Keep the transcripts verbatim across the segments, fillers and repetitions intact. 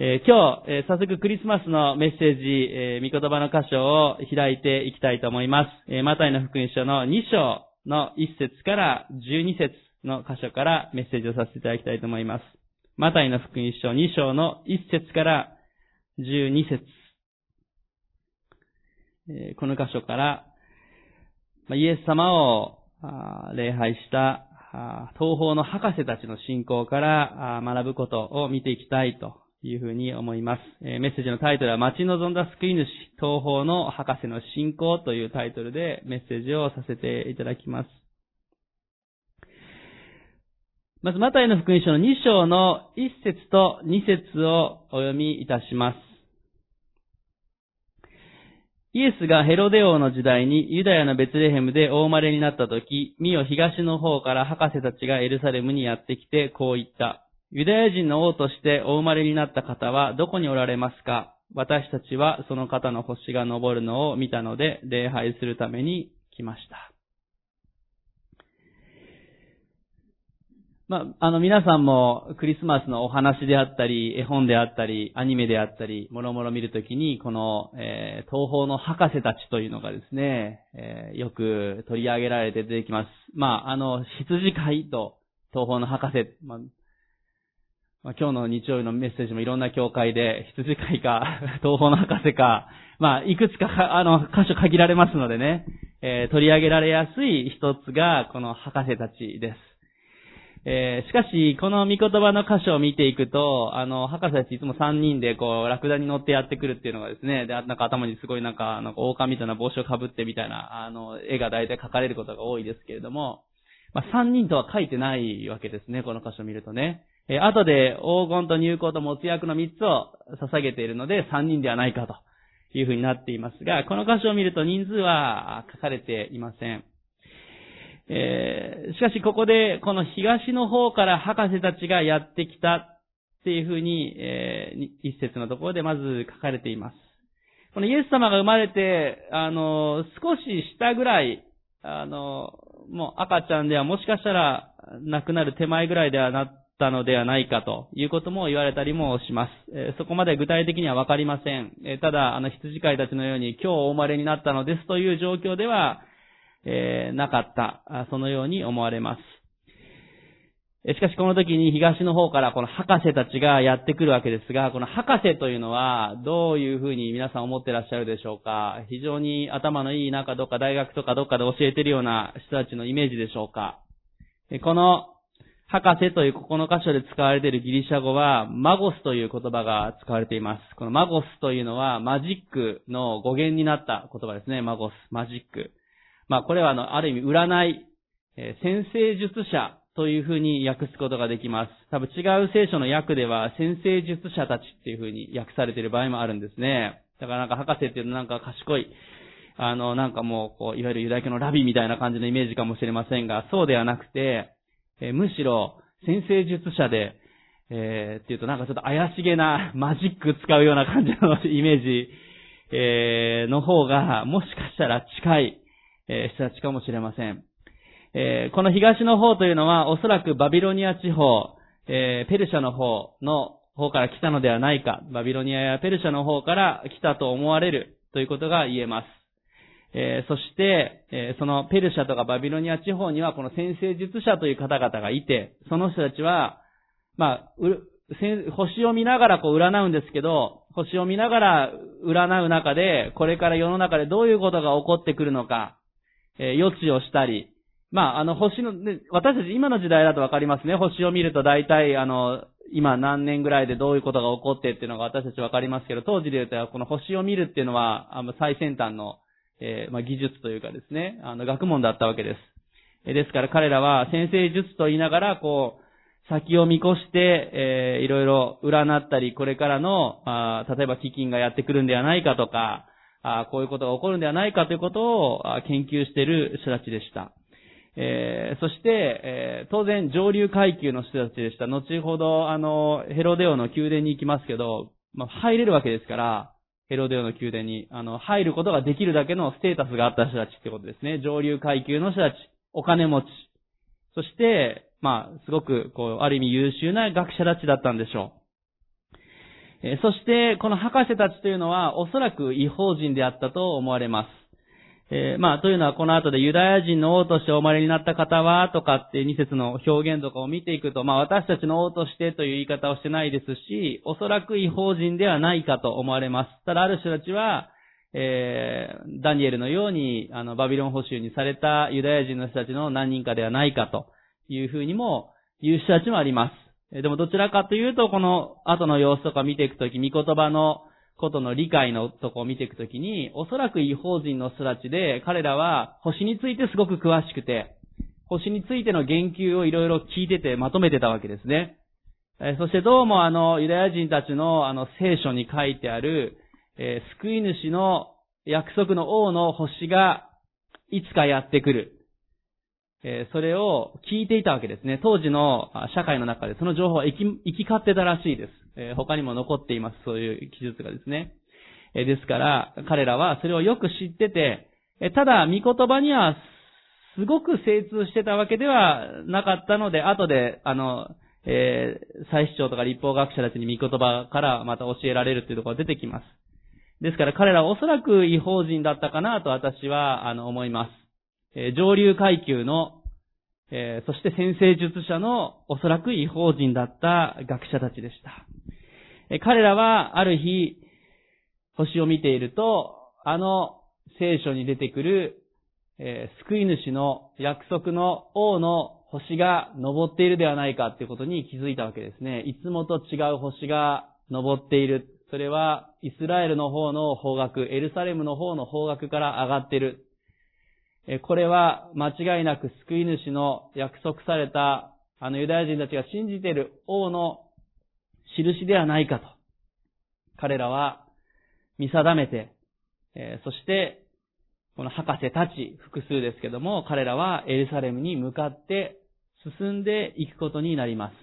えー、今日、えー、早速クリスマスのメッセージ、えー、御言葉の箇所を開いていきたいと思います。えー、マタイの福音書のに章のいち節からじゅうに節の箇所からメッセージをさせていただきたいと思います。マタイの福音書に章のいち節からじゅうに節。えー、この箇所から、まあ、イエス様を礼拝した東方の博士たちの信仰から学ぶことを見ていきたいというふうに思います。メッセージのタイトルは待ち望んだ救い主、東方の博士の信仰というタイトルでメッセージをさせていただきます。まずマタイの福音書のに章のいち節とに節をお読みいたします。イエスがヘロデ王の時代にユダヤのベツレヘムでお生まれになったとき、見よ東の方から博士たちがエルサレムにやってきてこう言った。ユダヤ人の王としてお生まれになった方はどこにおられますか？私たちはその方の星が昇るのを見たので礼拝するために来ました。まあ、あの皆さんもクリスマスのお話であったり、絵本であったり、アニメであったり、もろもろ見るときに、この、えー、東方の博士たちというのがですね、えー、よく取り上げられて出てきます。まあ、あの、羊飼いと東方の博士、まあまあ、今日の日曜日のメッセージもいろんな教会で、羊飼いか、東方の博士か、まあ、いくつか、あの、箇所限られますのでね、えー、取り上げられやすい一つが、この博士たちです。えー、しかし、この御言葉の箇所を見ていくと、あの、博士たちいつもさんにんでこう、ラクダに乗ってやってくるっていうのがですね、で、なんか頭にすごいなんか、なんか狼みたいな帽子をかぶってみたいな、あの、絵が大体描かれることが多いですけれども、まあ、さんにんとは書いてないわけですね、この箇所を見るとね。えー、後で黄金と乳香と没薬のみっつを捧げているので、さんにんではないかというふうになっていますが、この箇所を見ると人数は書かれていません。えー、しかしここでこの東の方から博士たちがやってきたっていうふうに、えー、一節のところでまず書かれています。このイエス様が生まれて、あの、少し下ぐらい、あの、もう赤ちゃんではもしかしたら亡くなる手前ぐらいではなったのではないかということも言われたりもします。えー、そこまで具体的にはわかりません。えー、ただ、あの羊飼いたちのように今日お生まれになったのですという状況では、えー、なかった。そのように思われます。しかしこの時に東の方からこの博士たちがやってくるわけですが、この博士というのはどういうふうに皆さん思ってらっしゃるでしょうか？非常に頭のいいなんかどっか大学とかどっかで教えてるような人たちのイメージでしょうか？この博士というここの箇所で使われているギリシャ語はマゴスという言葉が使われています。このマゴスというのはマジックの語源になった言葉ですね。マゴス、マジック。まあこれはあの、ある意味占い、えー、占星術者というふうに訳すことができます。多分違う聖書の訳では占星術者たちっていうふうに訳されている場合もあるんですね。だからなんか博士っていうのなんか賢い、あのなんかもうこう、いわゆるユダヤ教のラビみたいな感じのイメージかもしれませんが、そうではなくて、えー、むしろ占星術者で、えー、っていうとなんかちょっと怪しげなマジック使うような感じのイメージ、えー、の方がもしかしたら近い、えー、人たちかもしれません。えー、この東の方というのはおそらくバビロニア地方、えー、ペルシャの方の方から来たのではないか、バビロニアやペルシャの方から来たと思われるということが言えます。えー、そして、えー、そのペルシャとかバビロニア地方にはこの占星術者という方々がいて、その人たちは、まあ、星を見ながらこう占うんですけど、星を見ながら占う中で、これから世の中でどういうことが起こってくるのか、えー、予知をしたり、まあ、あの、星の、ね、私たち今の時代だとわかりますね。星を見ると大体、あの、今何年ぐらいでどういうことが起こってっていうのが私たちわかりますけど、当時で言うと、この星を見るっていうのは、あの、最先端の、えー、まあ、技術というかですね、あの、学問だったわけです。えー、ですから彼らは、占星術と言いながら、こう、先を見越して、えー、いろいろ占ったり、これからの、あ例えば飢饉がやってくるんではないかとか、あこういうことが起こるんではないかということを研究している人たちでした。えー、そして、えー、当然上流階級の人たちでした。後ほど、あの、ヘロデオの宮殿に行きますけど、まあ、入れるわけですから、ヘロデオの宮殿に、あの、入ることができるだけのステータスがあった人たちってことですね。上流階級の人たち、お金持ち。そして、まあ、すごく、こう、ある意味優秀な学者たちだったんでしょう。 えー、そして、この博士たちというのは、おそらく異邦人であったと思われます。えー、まあ、というのは、この後でユダヤ人の王としてお生まれになった方は、とかってに節の表現とかを見ていくと、まあ、私たちの王としてという言い方をしてないですし、おそらく異邦人ではないかと思われます。ただ、ある人たちは、えー、ダニエルのように、あの、バビロン捕囚にされたユダヤ人の人たちの何人かではないかというふうにも言う人たちもあります。でもどちらかというと、この後の様子とか見ていくとき、御言葉のことの理解のとこを見ていくときに、おそらく異邦人の人たちで、彼らは星についてすごく詳しくて、星についての言及をいろいろ聞いててまとめてたわけですね。えー、そしてどうもあの、ユダヤ人たちのあの、聖書に書いてある、えー、救い主の約束の王の星がいつかやってくる。えー、それを聞いていたわけですね。当時の社会の中でその情報は行き、行き交ってたらしいです。えー、他にも残っています。そういう記述がですね。えー、ですから、彼らはそれをよく知ってて、えー、ただ、御言葉にはすごく精通してたわけではなかったので、後で、あの、えー、祭司長とか立法学者たちに御言葉からまた教えられるというところが出てきます。ですから彼らはおそらく異邦人だったかなと私はあの思います。えー、上流階級の、えー、そして先生術者のおそらく異邦人だった学者たちでした。えー、彼らはある日、星を見ていると、あの聖書に出てくる、えー、救い主の約束の王の星が昇っているではないかということに気づいたわけですね。いつもと違う星が昇っている。それはイスラエルの方の方角、エルサレムの方の方角から上がっている。これは間違いなく救い主の約束されたあのユダヤ人たちが信じている王の印ではないかと。彼らは見定めて、そしてこの博士たち複数ですけども、彼らはエルサレムに向かって進んでいくことになります。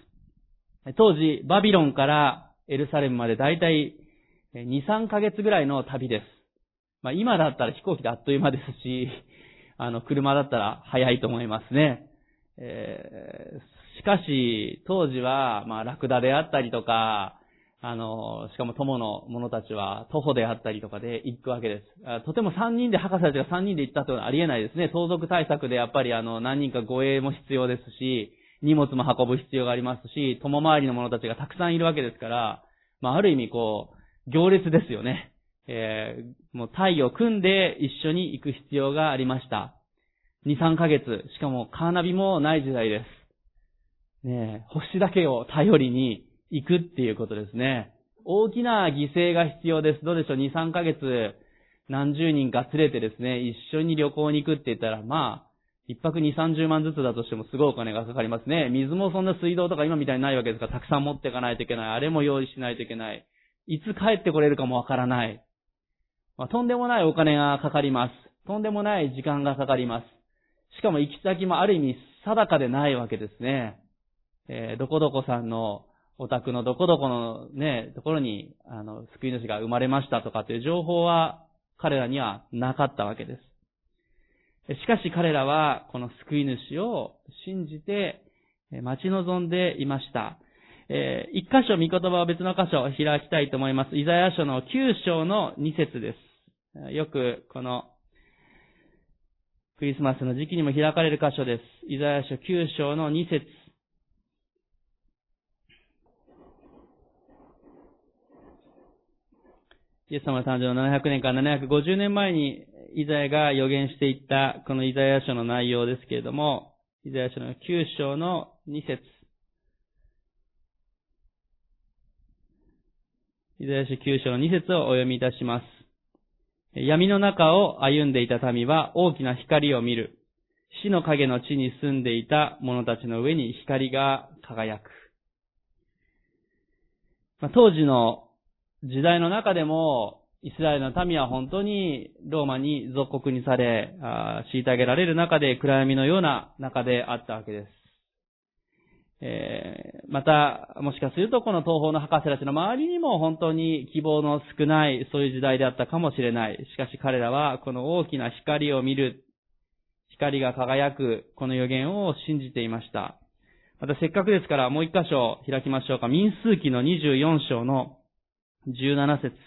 当時バビロンからエルサレムまでだいたいに、さんかげつぐらいの旅です。まあ今だったら飛行機であっという間ですし、あの車だったら早いと思いますね。えー、しかし当時はまあラクダであったりとか、あの、しかも友の者たちは徒歩であったりとかで行くわけです。とてもさんにんで、博士たちがさんにんで行ったというのはありえないですね。相続対策でやっぱりあの何人か護衛も必要ですし、荷物も運ぶ必要がありますし、友回りの者たちがたくさんいるわけですから、まあ、ある意味こう、行列ですよね。えー、もう隊を組んで一緒に行く必要がありました。に、さんかげつ、しかもカーナビもない時代です。ねえ、星だけを頼りに行くっていうことですね。大きな犠牲が必要です。どうでしょう、に、さんかげつ、何十人か連れてですね、一緒に旅行に行くって言ったら、まあ、一泊に、さんじゅうまんずつだとしてもすごいお金がかかりますね。水もそんな水道とか今みたいにないわけですから、たくさん持っていかないといけない。あれも用意しないといけない。いつ帰ってこれるかもわからない。まあ、とんでもないお金がかかります。とんでもない時間がかかります。しかも行き先もある意味定かでないわけですね。えー、どこどこさんのお宅のどこどこのね、ところに、あの、救い主が生まれましたとかっていう情報は彼らにはなかったわけです。しかし彼らはこの救い主を信じて待ち望んでいました。えー、一箇所御言葉は別の箇所を開きたいと思います。イザヤ書のきゅう章のに節です。よくこのクリスマスの時期にも開かれる箇所です。イザヤ書きゅう章のに節。イエス様の誕生のななひゃくねんからななひゃくごじゅうねんまえにイザヤが予言していったこのイザヤ書の内容ですけれども、イザヤ書のきゅう章のに節。イザヤ書きゅう章のに節をお読みいたします。闇の中を歩んでいた民は大きな光を見る。死の影の地に住んでいた者たちの上に光が輝く。まあ、当時の時代の中でも、イスラエルの民は本当にローマに属国にされ、虐げられる中で暗闇のような中であったわけです。えー、また、もしかするとこの東方の博士たちの周りにも本当に希望の少ない、そういう時代であったかもしれない。しかし彼らはこの大きな光を見る、光が輝く、この予言を信じていました。またせっかくですからもう一箇所開きましょうか。民数記のにじゅうよん章のじゅうなな節。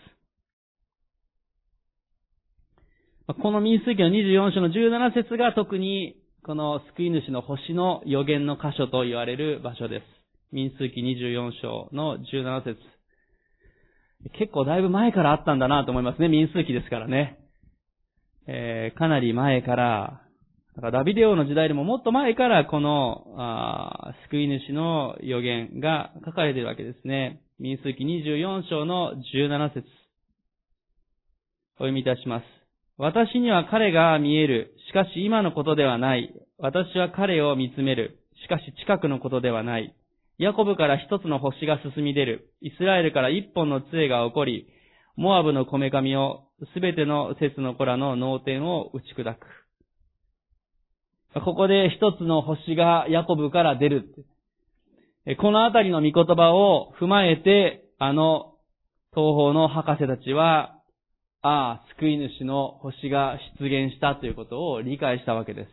この民数記のにじゅうよん章のじゅうなな節が特にこの救い主の星の予言の箇所と言われる場所です。民数記にじゅうよん章のじゅうなな節。結構だいぶ前からあったんだなと思いますね。民数記ですからね。えー、かなり前から、だからダビデ王の時代でももっと前からこのあ救い主の予言が書かれているわけですね。民数記にじゅうよん章のじゅうなな節。お読みいたします。私には彼が見える。しかし今のことではない。私は彼を見つめる。しかし近くのことではない。ヤコブから一つの星が進み出る。イスラエルから一本の杖が起こり、モアブのこめかみを、すべての節の子らの脳天を打ち砕く。ここで一つの星がヤコブから出る。このあたりの御言葉を踏まえて、あの東方の博士たちは、ああ、救い主の星が出現したということを理解したわけです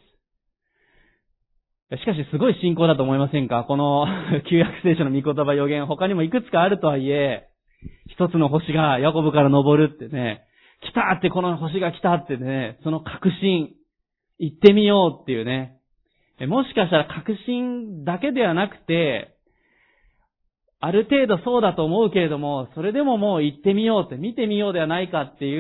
。しかしすごい信仰だと思いませんか？この旧約聖書の御言葉予言、他にもいくつかあるとはいえ、一つの星がヤコブから昇るってね、来たってこの星が来たってね、その確信、行ってみようっていうね。もしかしたら確信だけではなくて、ある程度そうだと思うけれども、それでももう行ってみようって、見てみようではないかっていう、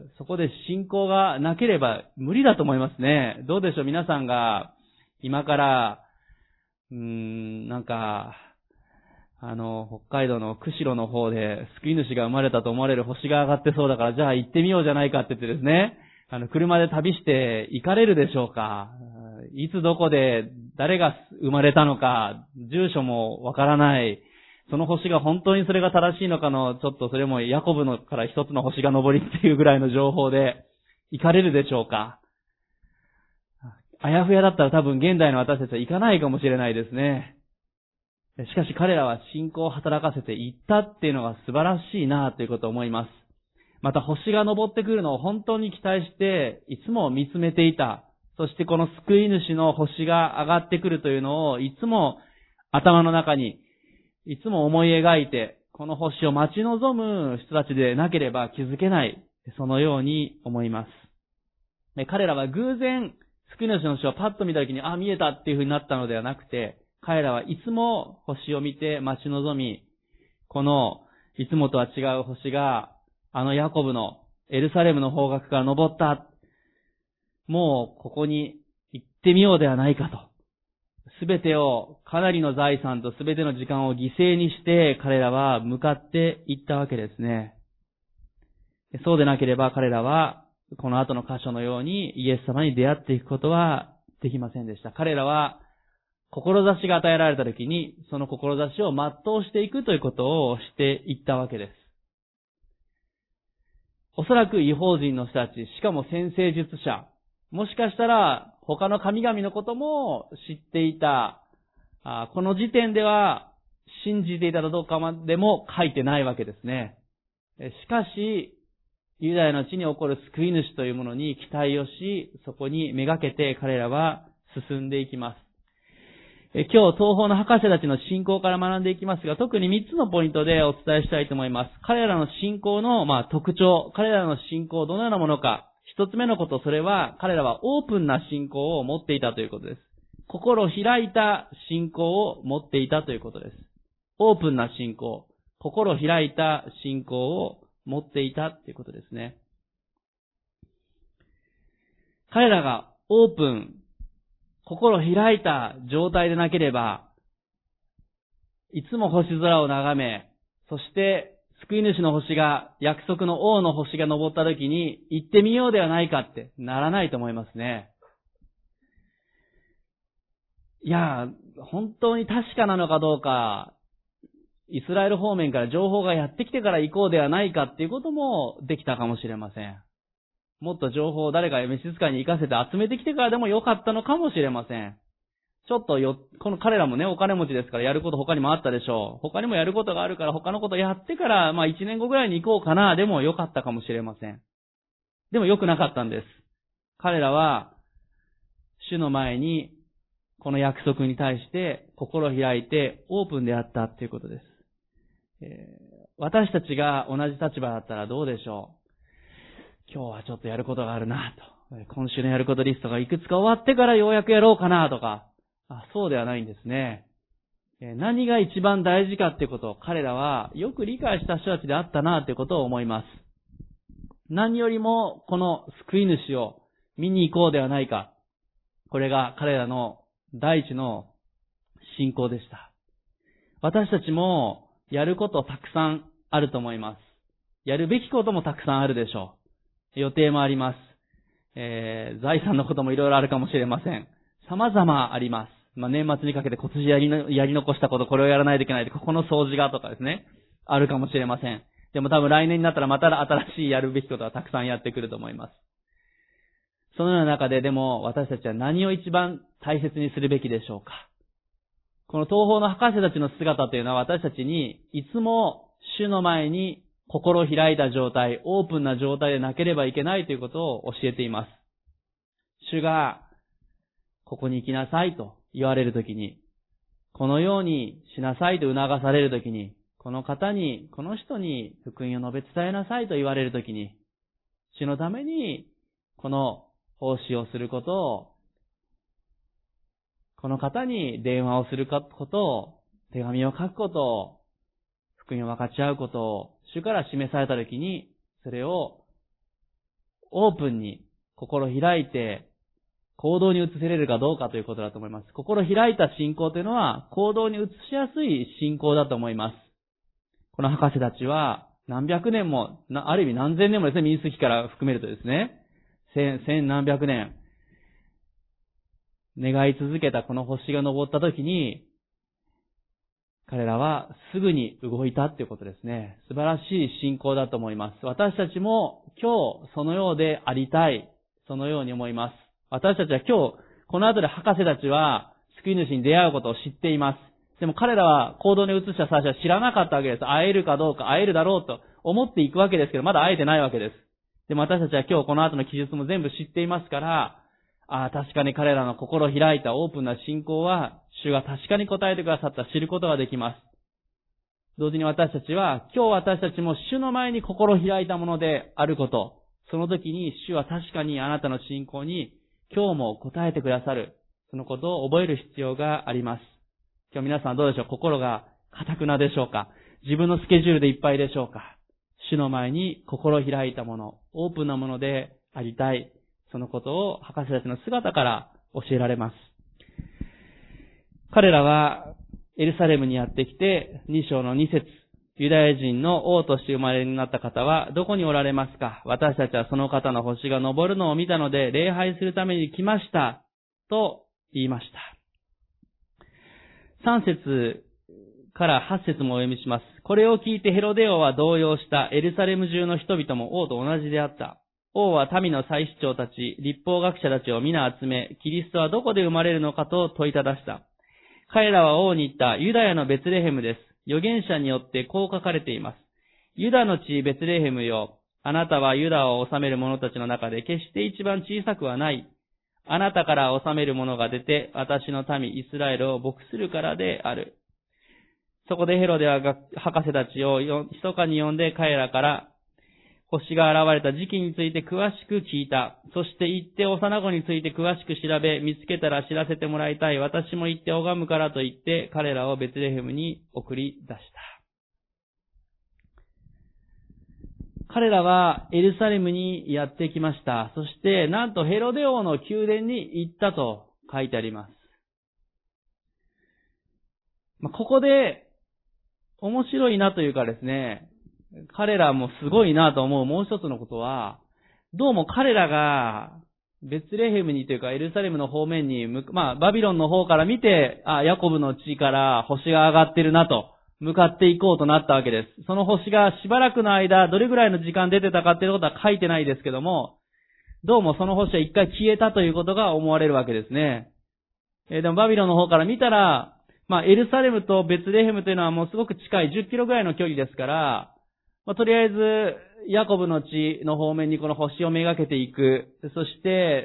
そこで信仰がなければ無理だと思いますね。どうでしょう、皆さんが、今から、うーん、なんか、あの、北海道の釧路の方で救い主が生まれたと思われる星が上がってそうだから、じゃあ行ってみようじゃないかって言ってですね、あの、車で旅して行かれるでしょうか？いつどこで誰が生まれたのか、住所もわからない。その星が本当にそれが正しいのかの、ちょっとそれもヤコブのから一つの星が昇りっていうぐらいの情報で行かれるでしょうか？あやふやだったら多分現代の私たちは行かないかもしれないですね。しかし彼らは信仰を働かせて行ったっていうのが素晴らしいなということを思います。また星が昇ってくるのを本当に期待していつも見つめていた。そしてこの救い主の星が上がってくるというのをいつも頭の中にいつも思い描いて、この星を待ち望む人たちでなければ気づけない、そのように思います。彼らは偶然、救い主の星をパッと見たときに、あ、見えたっていう風になったのではなくて、彼らはいつも星を見て待ち望み、このいつもとは違う星が、あのヤコブのエルサレムの方角から昇った。もうここに行ってみようではないかと。すべてを、かなりの財産とすべての時間を犠牲にして彼らは向かっていったわけですね。そうでなければ彼らはこの後の箇所のようにイエス様に出会っていくことはできませんでした。彼らは志が与えられたときにその志を全うしていくということをしていったわけです。おそらく異邦人の人たち、しかも占星術者、もしかしたら他の神々のことも知っていた。この時点では信じていたかどうかまでも書いてないわけですね。しかし、ユダヤの地に起こる救い主というものに期待をし、そこにめがけて彼らは進んでいきます。今日、東方の博士たちの信仰から学んでいきますが、特にみっつのポイントでお伝えしたいと思います。彼らの信仰の、まあ、特徴、彼らの信仰どのようなものか。一つ目のこと、それは、彼らはオープンな信仰を持っていたということです。心を開いた信仰を持っていたということです。オープンな信仰、心を開いた信仰を持っていたということですね。彼らがオープン、心を開いた状態でなければ、いつも星空を眺め、そして、救い主の星が、約束の王の星が昇った時に、行ってみようではないかってならないと思いますね。いや、本当に確かなのかどうか、イスラエル方面から情報がやってきてから行こうではないかっていうこともできたかもしれません。もっと情報を誰か召使いに行かせて集めてきてからでもよかったのかもしれません。ちょっとよ、この彼らもね、お金持ちですからやること他にもあったでしょう。他にもやることがあるから他のことやってから、まあ一年後ぐらいに行こうかな、でもよかったかもしれません。でも良くなかったんです。彼らは、主の前に、この約束に対して心を開いてオープンであったということです。えー、 私たちが同じ立場だったらどうでしょう。今日はちょっとやることがあるなと。今週のやることリストがいくつか終わってからようやくやろうかなとか。あ、そうではないんですね。何が一番大事かっていうことを彼らはよく理解した人たちであったなということを思います。何よりもこの救い主を見に行こうではないか。これが彼らの第一の信仰でした。私たちもやることたくさんあると思います。やるべきこともたくさんあるでしょう。予定もあります。えー、財産のこともいろいろあるかもしれません。様々あります。まあ、年末にかけて今年やりの、やり残したこと、これをやらないといけないで、ここの掃除がとかですね。あるかもしれません。でも多分来年になったらまた新しいやるべきことがたくさんやってくると思います。そのような中ででも私たちは何を一番大切にするべきでしょうか。この東方の博士たちの姿というのは私たちにいつも主の前に心を開いた状態、オープンな状態でなければいけないということを教えています。主がここに行きなさいと言われるときに、このようにしなさいと促されるときに、この方に、この人に福音を述べ伝えなさいと言われるときに、主のためにこの奉仕をすることを、この方に電話をすることを、手紙を書くことを、福音を分かち合うことを、主から示されたときに、それをオープンに心開いて、行動に移せれるかどうかということだと思います。心開いた信仰というのは、行動に移しやすい信仰だと思います。この博士たちは、何百年も、ある意味何千年もですね、民数記から含めるとですね、千、千何百年、願い続けたこの星が昇った時に、彼らはすぐに動いたということですね。素晴らしい信仰だと思います。私たちも今日そのようでありたい。そのように思います。私たちは今日、この後で博士たちは救い主に出会うことを知っています。でも彼らは行動に移した最初は知らなかったわけです。会えるかどうか、会えるだろうと思っていくわけですけど、まだ会えてないわけです。でも私たちは今日この後の記述も全部知っていますから、ああ、確かに彼らの心を開いたオープンな信仰は、主が確かに答えてくださった、知ることができます。同時に私たちは、今日私たちも主の前に心を開いたものであること、その時に主は確かにあなたの信仰に今日も答えてくださる、そのことを覚える必要があります。今日皆さんどうでしょう？心が固くなでしょうか？自分のスケジュールでいっぱいでしょうか？主の前に心を開いたもの、オープンなものでありたい。そのことを博士たちの姿から教えられます。彼らはエルサレムにやってきて、に章のに節、ユダヤ人の王として生まれになった方はどこにおられますか？私たちはその方の星が昇るのを見たので礼拝するために来ました。と言いました。さん節からはち節もお読みします。これを聞いてヘロデ王は動揺した。エルサレム中の人々も王と同じであった。王は民の祭司長たち、律法学者たちを皆集め、キリストはどこで生まれるのかと問いただした。彼らは王に言った。ユダヤのベツレヘムです。預言者によってこう書かれています。ユダの地ベツレヘムよ。あなたはユダを治める者たちの中で決して一番小さくはない。あなたから治める者が出て、私の民イスラエルを牧するからである。そこでヘロデは博士たちを密かに呼んで彼らから星が現れた時期について詳しく聞いた。そして行って幼子について詳しく調べ、見つけたら知らせてもらいたい。私も行って拝むからと言って、彼らをベツレヘムに送り出した。彼らはエルサレムにやってきました。そして、なんとヘロデ王の宮殿に行ったと書いてあります。まあ、ここで、面白いなというかですね、彼らもすごいなと思うもう一つのことは、どうも彼らがベツレヘムにというかエルサレムの方面に、まあバビロンの方から見て、あ、ヤコブの地から星が上がってるなと向かっていこうとなったわけです。その星がしばらくの間どれぐらいの時間出てたかっていうことは書いてないですけども、どうもその星は一回消えたということが思われるわけですね。えー、でもバビロンの方から見たら、まあエルサレムとベツレヘムというのはもうすごく近いじゅっキロぐらいの距離ですから、まあ、とりあえず、ヤコブの地の方面にこの星をめがけていく。そして、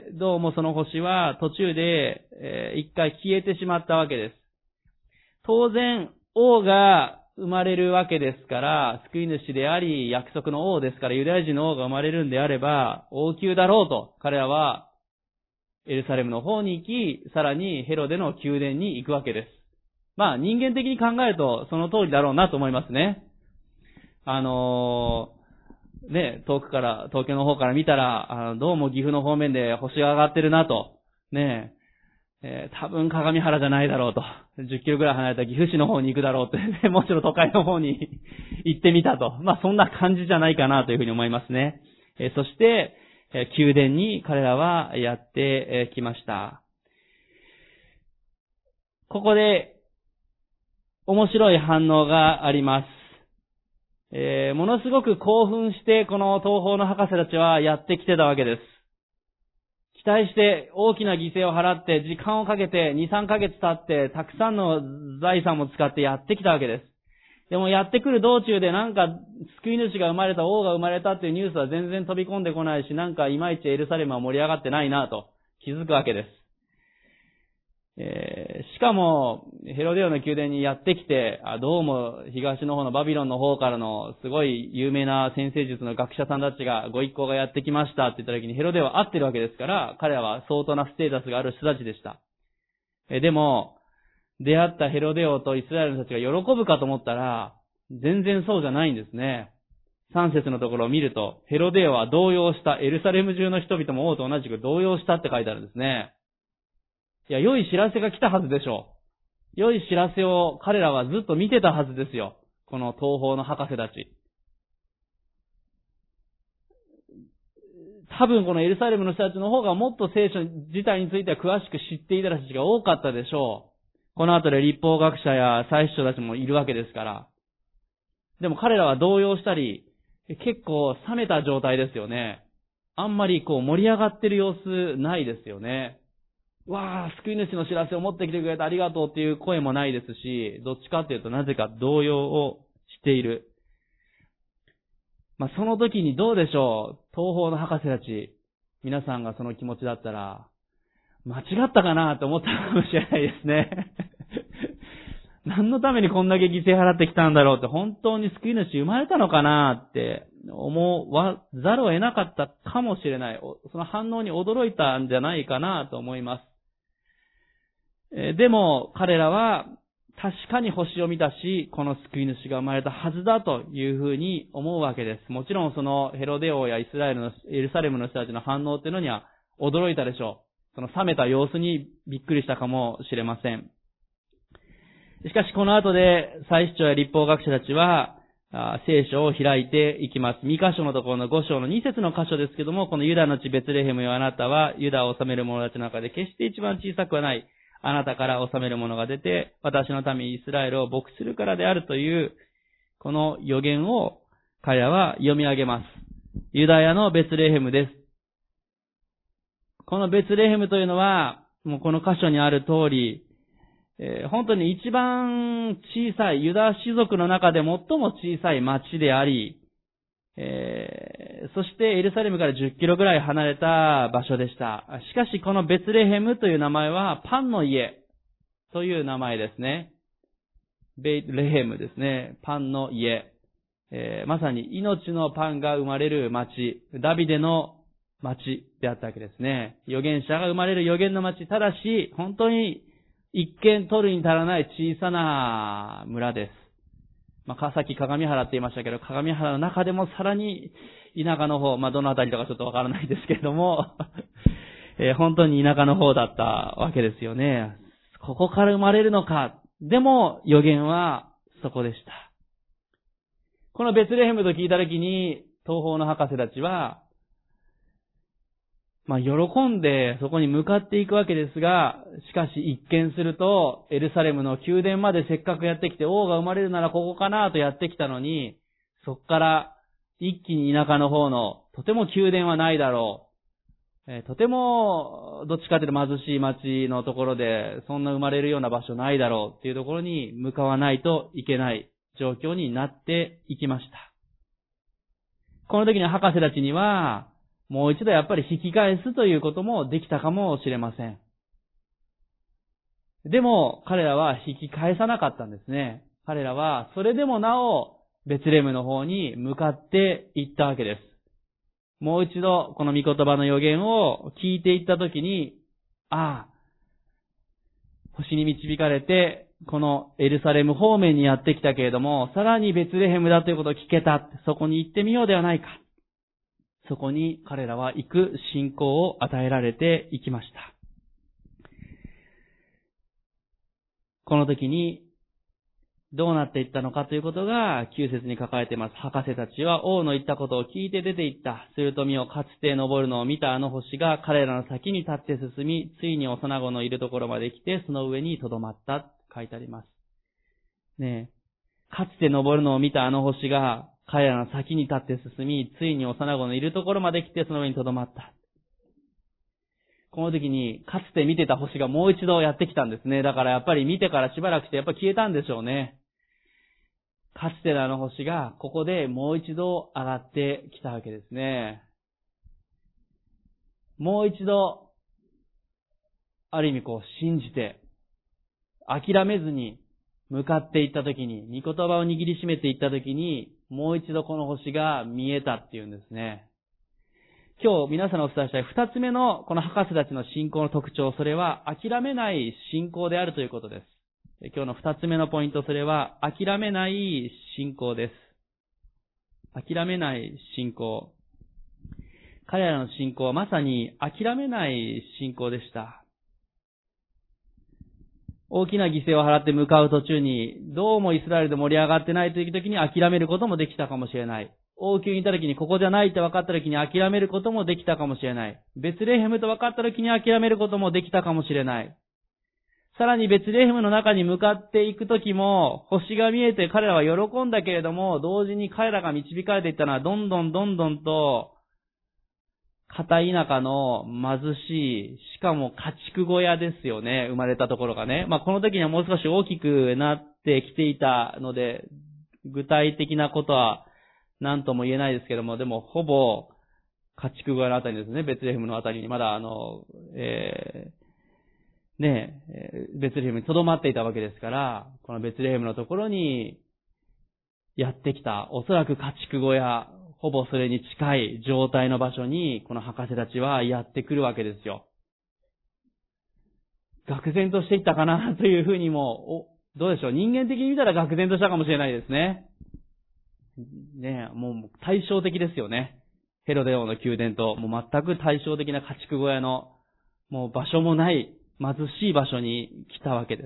どうもその星は途中で、えー、一回消えてしまったわけです。当然、王が生まれるわけですから、救い主であり、約束の王ですから、ユダヤ人の王が生まれるんであれば、王宮だろうと、彼らは、エルサレムの方に行き、さらにヘロデの宮殿に行くわけです。まあ、人間的に考えると、その通りだろうなと思いますね。あのー、ね、遠くから、東京の方から見たら、あのどうも岐阜の方面で星が上がってるなと、ね、えー、多分鏡原じゃないだろうと。じゅっキロぐらい離れた岐阜市の方に行くだろうって、もちろん都会の方に行ってみたと。まあそんな感じじゃないかなというふうに思いますね。えー、そして、えー、宮殿に彼らはやってきました。ここで、面白い反応があります。えー、ものすごく興奮して、この東方の博士たちはやってきてたわけです。期待して大きな犠牲を払って、時間をかけてに、さんかげつ経って、たくさんの財産も使ってやってきたわけです。でもやってくる道中でなんか、救い主が生まれた、王が生まれたっていうニュースは全然飛び込んでこないし、なんかいまいちエルサレムは盛り上がってないなと気づくわけです。えー、しかも、ヘロデオの宮殿にやってきて、あどうも東の方のバビロンの方からのすごい有名な占星術の学者さんたちが、ご一行がやってきましたって言った時にヘロデオは会ってるわけですから、彼らは相当なステータスがある人たちでした。えー、でも、出会ったヘロデオとイスラエルの人たちが喜ぶかと思ったら、全然そうじゃないんですね。さん節のところを見ると、ヘロデオは動揺した、エルサレム中の人々も王と同じく動揺したって書いてあるんですね。いや、良い知らせが来たはずでしょう。良い知らせを彼らはずっと見てたはずですよ。この東方の博士たち。多分このエルサレムの人たちの方がもっと聖書自体については詳しく知っていた人たちが多かったでしょう。この後で立法学者や祭司長たちもいるわけですから。でも彼らは動揺したり、結構冷めた状態ですよね。あんまりこう盛り上がってる様子ないですよね。わあ、救い主の知らせを持ってきてくれてありがとうっていう声もないですし、どっちかっていうとなぜか動揺をしている。まあ、その時にどうでしょう、東方の博士たち、皆さんがその気持ちだったら、間違ったかなと思ったかもしれないですね。何のためにこんだけ犠牲払ってきたんだろうって、本当に救い主生まれたのかなって思わざるを得なかったかもしれない。その反応に驚いたんじゃないかなと思います。でも彼らは確かに星を見たし、この救い主が生まれたはずだというふうに思うわけです。もちろんそのヘロデ王やイスラエルの、エルサレムの人たちの反応っていうのには驚いたでしょう。その冷めた様子にびっくりしたかもしれません。しかしこの後で祭司長や立法学者たちは聖書を開いていきます。に箇所のところのご章のに節の箇所ですけども、このユダの地ベツレヘムよあなたはユダを治める者たちの中で決して一番小さくはない。あなたから治める者が出て、私の民イスラエルを牧するからであるという、この予言を彼らは読み上げます。ユダヤのベツレヘムです。このベツレヘムというのは、もうこの箇所にある通り、えー、本当に一番小さい、ユダ氏族の中で最も小さい町であり、えー、そしてエルサレムからじゅっキロぐらい離れた場所でした。しかしこのベツレヘムという名前はパンの家という名前ですね。ベレヘムですね。パンの家。えー、まさに命のパンが生まれる町、ダビデの町であったわけですね。預言者が生まれる預言の町、ただし本当に一見取るに足らない小さな村です。まあ、さっき鏡原って言いましたけど、鏡原の中でもさらに田舎の方、まあ、どのあたりとかちょっとわからないですけれども、えー、本当に田舎の方だったわけですよね。ここから生まれるのか。でも、予言はそこでした。このベツレヘムと聞いたときに、東方の博士たちは、まあ、喜んでそこに向かっていくわけですが、しかし一見すると、エルサレムの宮殿までせっかくやってきて、王が生まれるならここかなとやってきたのに、そこから一気に田舎の方の、とても宮殿はないだろう。えー、とても、どっちかというと貧しい町のところで、そんな生まれるような場所ないだろうっていうところに向かわないといけない状況になっていきました。この時に博士たちには、もう一度やっぱり引き返すということもできたかもしれません。でも彼らは引き返さなかったんですね。 彼らはそれでもなおベツレヘムの方に向かっていったわけです。もう一度この御言葉の予言を聞いていったときに、ああ、星に導かれてこのエルサレム方面にやってきたけれども、さらにベツレヘムだということを聞けた。そこに行ってみようではないか。そこに彼らは行く信仰を与えられていきました。この時にどうなっていったのかということがきゅう節に書かれています。博士たちは王の言ったことを聞いて出て行った。すると見よ、かつて昇るのを見たあの星が彼らの先に立って進み、ついに幼子のいるところまで来て、その上に留まった。書いてあります。ねえ。かつて昇るのを見たあの星が彼らの先に立って進み、ついに幼子のいるところまで来て、その上に留まった。この時に、かつて見てた星がもう一度やってきたんですね。だからやっぱり見てからしばらくしてやっぱり消えたんでしょうね。かつてのあの星がここでもう一度上がってきたわけですね。もう一度、ある意味こう信じて、諦めずに向かっていったときに、御言葉を握りしめていったときに、もう一度この星が見えたっていうんですね。今日皆さんにお伝えしたい二つ目のこの博士たちの信仰の特徴、それは諦めない信仰であるということです。今日の二つ目のポイント、それは諦めない信仰です。諦めない信仰。彼らの信仰はまさに諦めない信仰でした。大きな犠牲を払って向かう途中に、どうもイスラエルで盛り上がってないという時に諦めることもできたかもしれない。王宮にいた時にここじゃないって分かった時に諦めることもできたかもしれない。ベツレヘムと分かった時に諦めることもできたかもしれない。さらにベツレヘムの中に向かっていく時も、星が見えて彼らは喜んだけれども、同時に彼らが導かれていったのはどんどんどんどんと、片田舎の貧しい、しかも家畜小屋ですよね、生まれたところがね。まあこの時にはもう少し大きくなってきていたので、具体的なことは何とも言えないですけども、でもほぼ家畜小屋のあたりですね、ベツレヘムのあたりにまだあの、えー、ねえ、ベツレヘムに留まっていたわけですから、このベツレヘムのところにやってきた、おそらく家畜小屋、ほぼそれに近い状態の場所に、この博士たちはやってくるわけですよ。愕然としていったかなというふうにも、お、どうでしょう。人間的に見たら愕然としたかもしれないですね。ねえ、もう対照的ですよね。ヘロデ王の宮殿と、もう全く対照的な家畜小屋の、もう場所もない貧しい場所に来たわけです。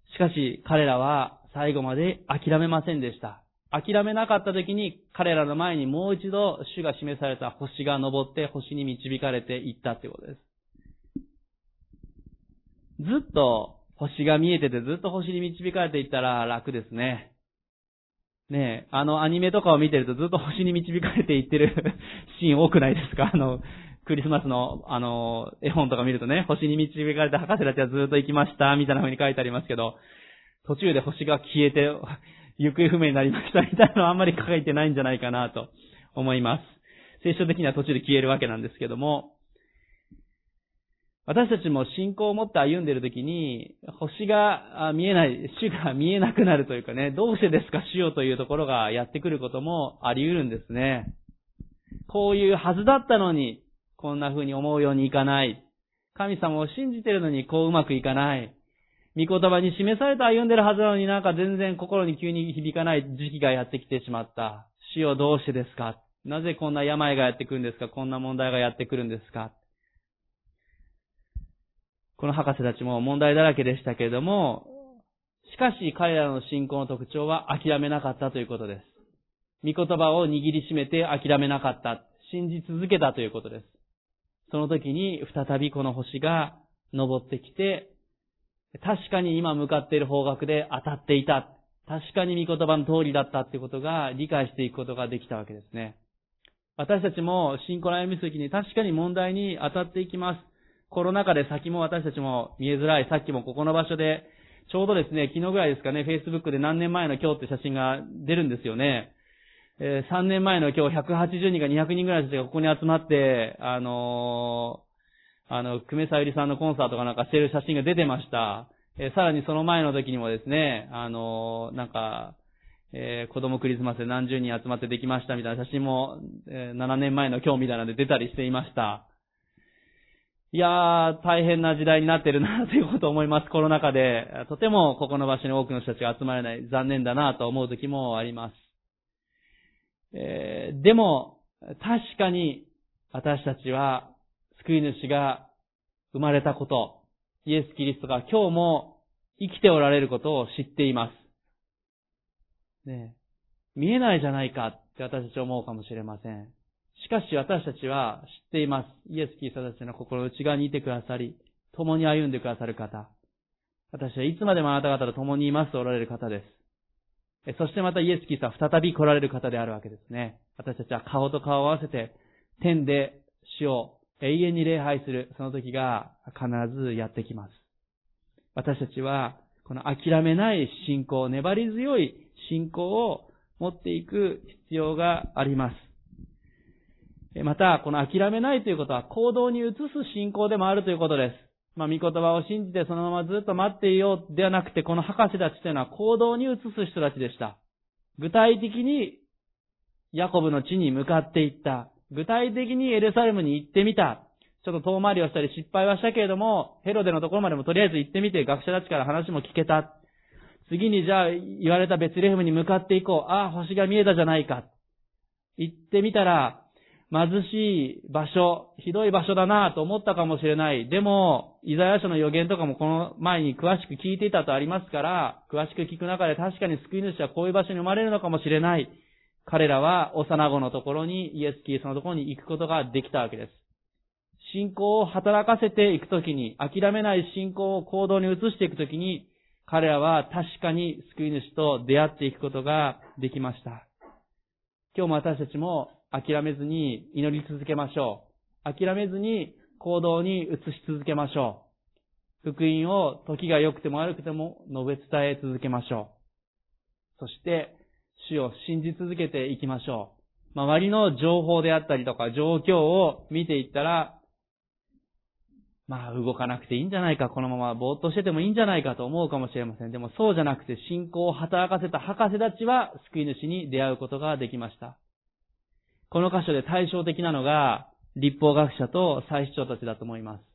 しかし彼らは最後まで諦めませんでした。諦めなかった時に彼らの前にもう一度主が示された星が昇って星に導かれていったということです。ずっと星が見えててずっと星に導かれていったら楽ですね。ねえ、あのアニメとかを見てるとずっと星に導かれていってるシーン多くないですか？あの、クリスマスのあの、絵本とか見るとね、星に導かれて博士たちはずっと行きましたみたいな風に書いてありますけど、途中で星が消えて行方不明になりましたみたいなのはあんまり書いてないんじゃないかなと思います。聖書的には途中で消えるわけなんですけども、私たちも信仰を持って歩んでいるときに、星が見えない、主が見えなくなるというかね、どうしてですか主よというところがやってくることもあり得るんですね。こういうはずだったのに、こんな風に思うようにいかない。神様を信じているのにこううまくいかない。御言葉に示されて歩んでるはずなのになんか全然心に急に響かない時期がやってきてしまった。主よどうしてですか？なぜこんな病がやってくるんですか？こんな問題がやってくるんですか？この博士たちも問題だらけでしたけれども、しかし彼らの信仰の特徴は諦めなかったということです。御言葉を握りしめて諦めなかった。信じ続けたということです。その時に再びこの星が昇ってきて、確かに今向かっている方角で当たっていた。確かに御言葉の通りだったということが理解していくことができたわけですね。私たちも信仰の歩み時に確かに問題に当たっていきます。コロナ禍で先も私たちも見えづらい。さっきもここの場所で、ちょうどですね、昨日ぐらいですかね、Facebook で何年前の今日って写真が出るんですよね。えー、さんねんまえの今日ひゃくはちじゅうにんかにひゃくにんぐらいの人がここに集まって、あのー、あの、久米さゆりさんのコンサートかなんかしてる写真が出てました。 えー、さらにその前の時にもですね、あのー、なんか、えー、子供クリスマスで何十人集まってできましたみたいな写真も、えー、ななねんまえの今日みたいなので出たりしていました。いやー、大変な時代になってるなということを思います。コロナ禍で、とてもここの場所に多くの人たちが集まれない、残念だなと思う時もあります。えー、でも、確かに私たちは救い主が生まれたこと、イエス・キリストが今日も生きておられることを知っています。ねえ、見えないじゃないかって私たちは思うかもしれません。しかし私たちは知っています。イエス・キリストたちの心の内側にいてくださり、共に歩んでくださる方。私はいつまでもあなた方と共にいますとおられる方です。そしてまたイエス・キリストは再び来られる方であるわけですね。私たちは顔と顔を合わせて、天で主を永遠に礼拝する、その時が必ずやってきます。私たちは、この諦めない信仰、粘り強い信仰を持っていく必要があります。また、この諦めないということは行動に移す信仰でもあるということです。まあ、御言葉を信じてそのままずっと待っていようではなくて、この博士たちというのは行動に移す人たちでした。具体的にヤコブの地に向かっていった。具体的にエルサレムに行ってみた。ちょっと遠回りをしたり失敗はしたけれども、ヘロデのところまでもとりあえず行ってみて、学者たちから話も聞けた。次にじゃあ言われたベツレヘムに向かっていこう。ああ、星が見えたじゃないか。行ってみたら、貧しい場所、ひどい場所だなと思ったかもしれない。でも、イザヤ書の予言とかもこの前に詳しく聞いていたとありますから、詳しく聞く中で確かに救い主はこういう場所に生まれるのかもしれない。彼らは幼子のところに、イエス・キリストのところに行くことができたわけです。信仰を働かせていくときに、諦めない信仰を行動に移していくときに、彼らは確かに救い主と出会っていくことができました。今日も私たちも諦めずに祈り続けましょう。諦めずに行動に移し続けましょう。福音を時が良くても悪くても述べ伝え続けましょう。そして、主を信じ続けていきましょう。周りの情報であったりとか状況を見ていったら、まあ動かなくていいんじゃないか、このままぼーっとしててもいいんじゃないかと思うかもしれません。でもそうじゃなくて信仰を働かせた博士たちは救い主に出会うことができました。この箇所で対照的なのが律法学者と祭司長たちだと思います。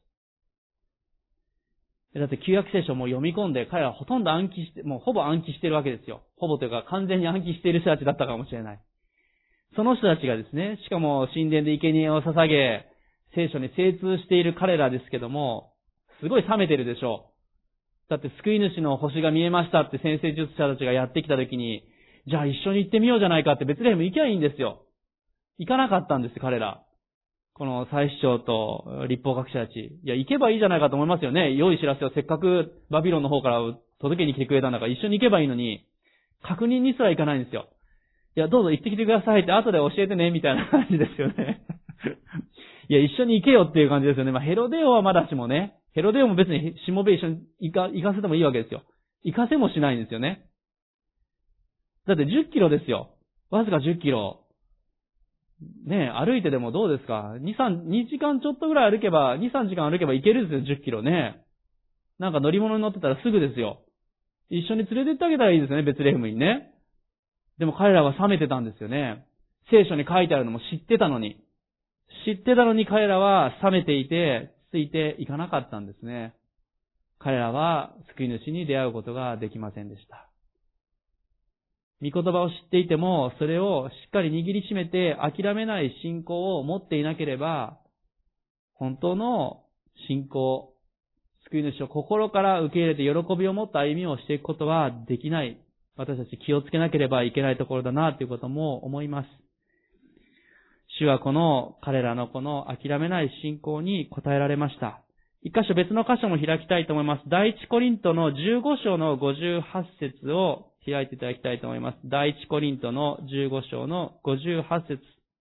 だって旧約聖書をもう読み込んで彼らはほとんど暗記して、もうほぼ暗記してるわけですよ。ほぼというか完全に暗記している人たちだったかもしれない。その人たちがですね、しかも神殿で生贄を捧げ、聖書に精通している彼らですけども、すごい冷めてるでしょう。だって救い主の星が見えましたって先生術者たちがやってきた時に、じゃあ一緒に行ってみようじゃないかってベツレヘム行きゃいいんですよ。行かなかったんです、彼ら。この祭司長と律法学者たち。いや、行けばいいじゃないかと思いますよね。良い知らせをせっかくバビロンの方から届けに来てくれたんだから一緒に行けばいいのに、確認にすら行かないんですよ。いや、どうぞ行ってきてくださいって後で教えてね、みたいな感じですよね。いや、一緒に行けよっていう感じですよね。まあ、ヘロデオはまだしもね、ヘロデオも別にしもべ一緒に行か、行かせてもいいわけですよ。行かせもしないんですよね。だってじゅっキロですよ。わずかじゅっキロ。ねえ、歩いてでもどうですか ?に、さん、にじかんちょっとぐらい歩けば、に、さんじかん歩けば行けるんですよ、じゅっキロね。なんか乗り物に乗ってたらすぐですよ。一緒に連れてってあげたらいいですよね、ベツレヘムにね。でも彼らは冷めてたんですよね。聖書に書いてあるのも知ってたのに。知ってたのに彼らは冷めていて、ついていかなかったんですね。彼らは救い主に出会うことができませんでした。御言葉を知っていても、それをしっかり握りしめて諦めない信仰を持っていなければ、本当の信仰、救い主を心から受け入れて喜びを持った歩みをしていくことはできない。私たち気をつけなければいけないところだなということも思います。主はこの彼らのこの諦めない信仰に応えられました。一箇所別の箇所も開きたいと思います。第一コリントのじゅうご章のごじゅうはち節を開いていただきたいと思います。第一コリントのじゅうご章のごじゅうはち節。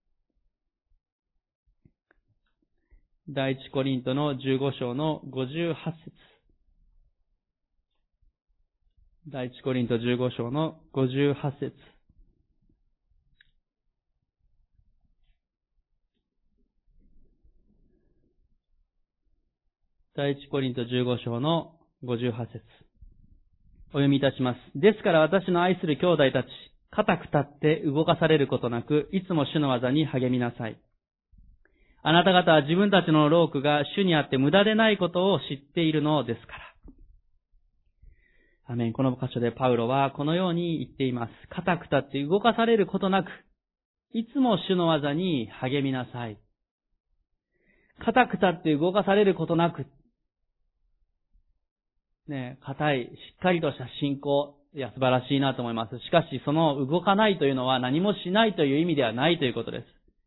第一コリントのじゅうご章のごじゅうはち節。第一コリントじゅうご章のごじゅうはち節。第一コリントじゅうご章のごじゅうはち節。 お読みいたします。ですから私の愛する兄弟たち、固く立って動かされることなく、いつも主の技に励みなさい。あなた方は自分たちの労苦が主にあって無駄でないことを知っているのですから。アメン。この箇所でパウロはこのように言っています。固く立って動かされることなく、いつも主の技に励みなさい。固く立って動かされることなく、ね、固い、しっかりとした信仰、いや、素晴らしいなと思います。しかし、その動かないというのは何もしないという意味ではないということです。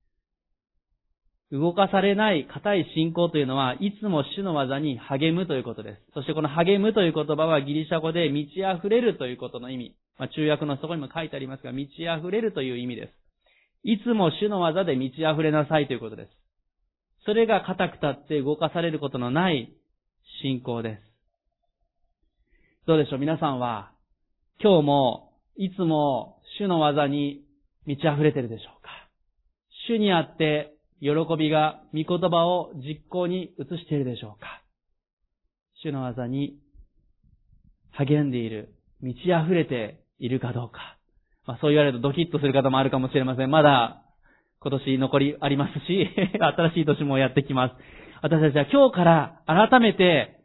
動かされない固い信仰というのは、いつも主の技に励むということです。そしてこの励むという言葉はギリシャ語で満ち溢れるということの意味。まあ、中訳のそこにも書いてありますが、満ち溢れるという意味です。いつも主の技で満ち溢れなさいということです。それが固く立って動かされることのない信仰です。どうでしょう、皆さんは、今日も、いつも主の技に満ち溢れているでしょうか。主にあって、喜びが、御言葉を実行に移しているでしょうか。主の技に励んでいる、満ち溢れているかどうか。まあそう言われるとドキッとする方もあるかもしれません。まだ今年残りありますし、新しい年もやってきます。私たちは今日から改めて、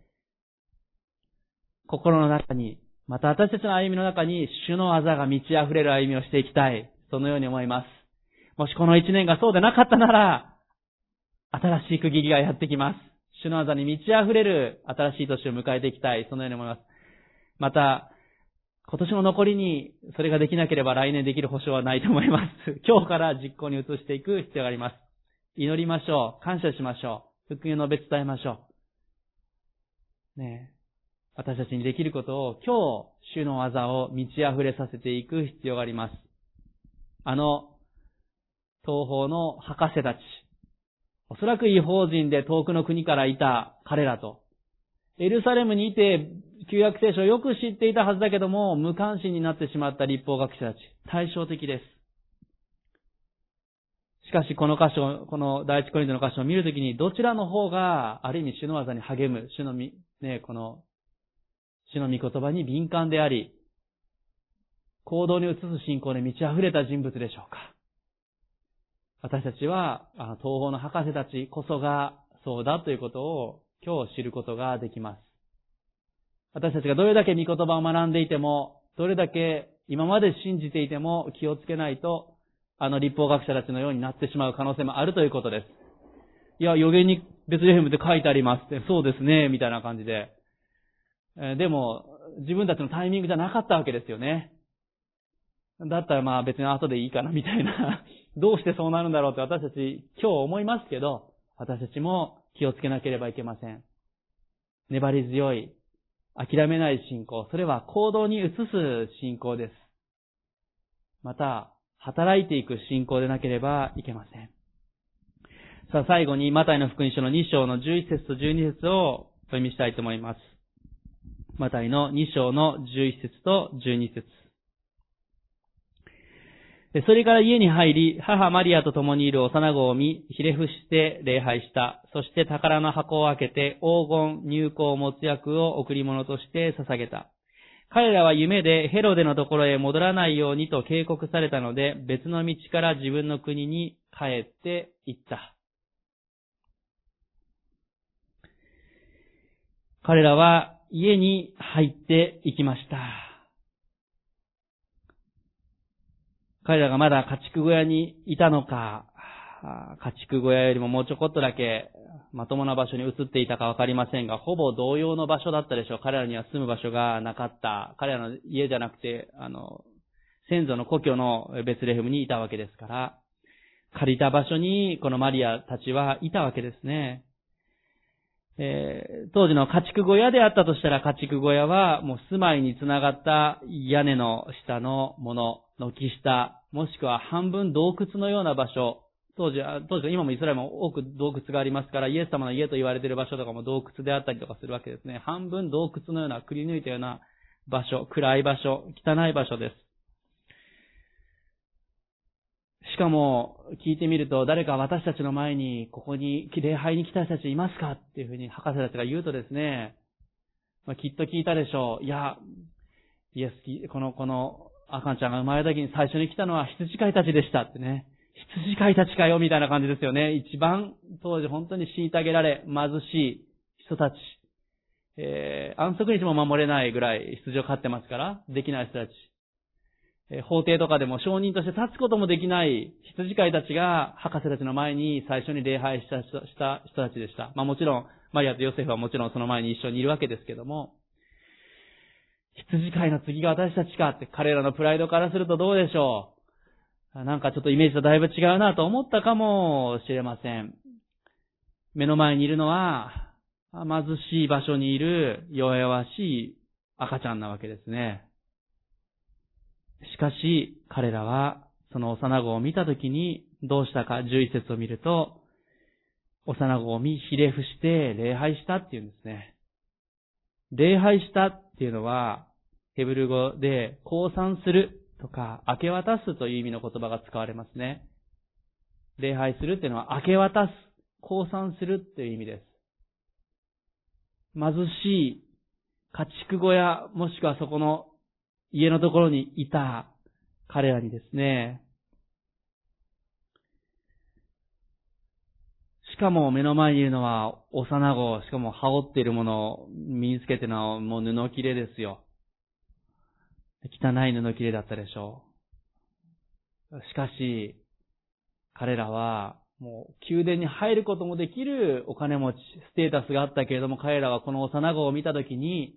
心の中に、また私たちの歩みの中に主の技が満ち溢れる歩みをしていきたい。そのように思います。もしこの一年がそうでなかったなら、新しい区切りがやってきます。主の技に満ち溢れる新しい年を迎えていきたい。そのように思います。また、今年の残りにそれができなければ来年できる保証はないと思います。今日から実行に移していく必要があります。祈りましょう。感謝しましょう。福音を述べ伝えましょう。ねえ。私たちにできることを今日、主の技を満ち溢れさせていく必要があります。あの、東方の博士たち、おそらく異邦人で遠くの国からいた彼らと、エルサレムにいて旧約聖書をよく知っていたはずだけども、無関心になってしまった律法学者たち、対照的です。しかしこの箇所、この第一コリントの箇所を見るときに、どちらの方がある意味主の技に励む、主のみ、ね、この、主の御言葉に敏感であり、行動に移す信仰で満ち溢れた人物でしょうか。私たちは、あの東方の博士たちこそがそうだということを今日知ることができます。私たちがどれだけ御言葉を学んでいても、どれだけ今まで信じていても気をつけないと、あの律法学者たちのようになってしまう可能性もあるということです。いや、予言にベツレヘムって書いてありますって、そうですね、みたいな感じで。でも、自分たちのタイミングじゃなかったわけですよね。だったらまあ別に後でいいかなみたいな。どうしてそうなるんだろうって私たち今日思いますけど、私たちも気をつけなければいけません。粘り強い、諦めない信仰、それは行動に移す信仰です。また、働いていく信仰でなければいけません。さあ最後にマタイの福音書のに章のじゅういち節とじゅうに節をお読みしたいと思います。マタイのに章のじゅういち節とじゅうに節。それから家に入り、母マリアと共にいる幼子を見、ひれ伏して礼拝した。そして宝の箱を開けて、黄金、乳香、没薬を贈り物として捧げた。彼らは夢でヘロデのところへ戻らないようにと警告されたので、別の道から自分の国に帰って行った。彼らは家に入って行きました。彼らがまだ家畜小屋にいたのか、家畜小屋よりももうちょこっとだけまともな場所に移っていたかわかりませんが、ほぼ同様の場所だったでしょう。彼らには住む場所がなかった。彼らの家じゃなくて、あの、先祖の故郷のベツレヘムにいたわけですから、借りた場所にこのマリアたちはいたわけですね。えー、当時の家畜小屋であったとしたら、家畜小屋はもう住まいにつながった屋根の下のもの、軒下、もしくは半分洞窟のような場所。当時は、当時は今もイスラエルも多く洞窟がありますから、イエス様の家と言われている場所とかも洞窟であったりとかするわけですね。半分洞窟のような、くり抜いたような場所、暗い場所、汚い場所です。しかも、聞いてみると、誰か私たちの前に、ここに礼拝に来た人たちいますかっていうふうに博士たちが言うとですね、まあ、きっと聞いたでしょう。いや、 イエス、この、この赤ちゃんが生まれた時に最初に来たのは羊飼いたちでしたってね。羊飼いたちかよみたいな感じですよね。一番当時本当に虐げられ貧しい人たち。えー、安息日も守れないぐらい羊を飼ってますから、できない人たち。えー、法廷とかでも証人として立つこともできない羊飼いたちが博士たちの前に最初に礼拝した人、した人たちでした。まあもちろん、マリアとヨセフはもちろんその前に一緒にいるわけですけども、羊飼いの次が私たちかって彼らのプライドからするとどうでしょう。なんかちょっとイメージとだいぶ違うなと思ったかもしれません。目の前にいるのは、貧しい場所にいる弱々しい赤ちゃんなわけですね。しかし、彼らはその幼子を見たときにどうしたか、じゅういち節を見ると、幼子を見、ひれ伏して礼拝したっていうんですね。礼拝したっていうのは、ヘブル語で降参するとか、明け渡すという意味の言葉が使われますね。礼拝するっていうのは明け渡す、降参するっていう意味です。貧しい家畜小屋、もしくはそこの家のところにいた彼らにですね、しかも目の前にいるのは幼子、しかも羽織っているものを身につけているのはもう布切れですよ。汚い布切れだったでしょう。しかし、彼らはもう宮殿に入ることもできるお金持ち、ステータスがあったけれども、彼らはこの幼子を見たときに、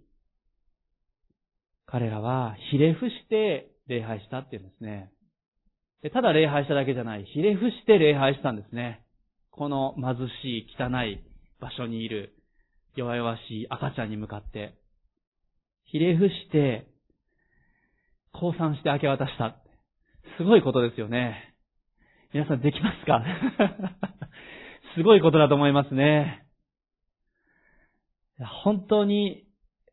彼らはひれ伏して礼拝したっていうんですね。で、ただ礼拝しただけじゃない、ひれ伏して礼拝したんですね。この貧しい汚い場所にいる弱々しい赤ちゃんに向かって、ひれ伏して、降参して明け渡した。すごいことですよね。皆さんできますか？すごいことだと思いますね。本当に、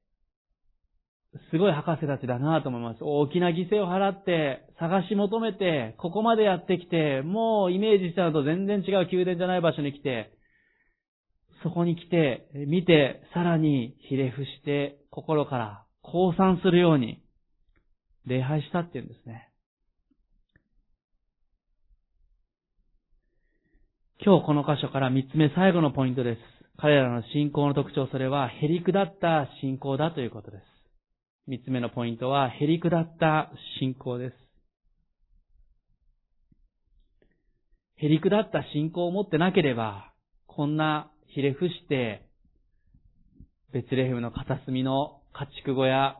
すごい博士たちだなと思います。大きな犠牲を払って、探し求めて、ここまでやってきて、もうイメージしたのと全然違う宮殿じゃない場所に来て、そこに来て、見て、さらにひれ伏して、心から降参するように、礼拝したっていうんですね。今日この箇所から三つ目最後のポイントです。彼らの信仰の特徴、それはへり下った信仰だということです。三つ目のポイントはへり下った信仰です。へり下った信仰を持ってなければ、こんなひれ伏して、ベツレヘムの片隅の家畜小屋、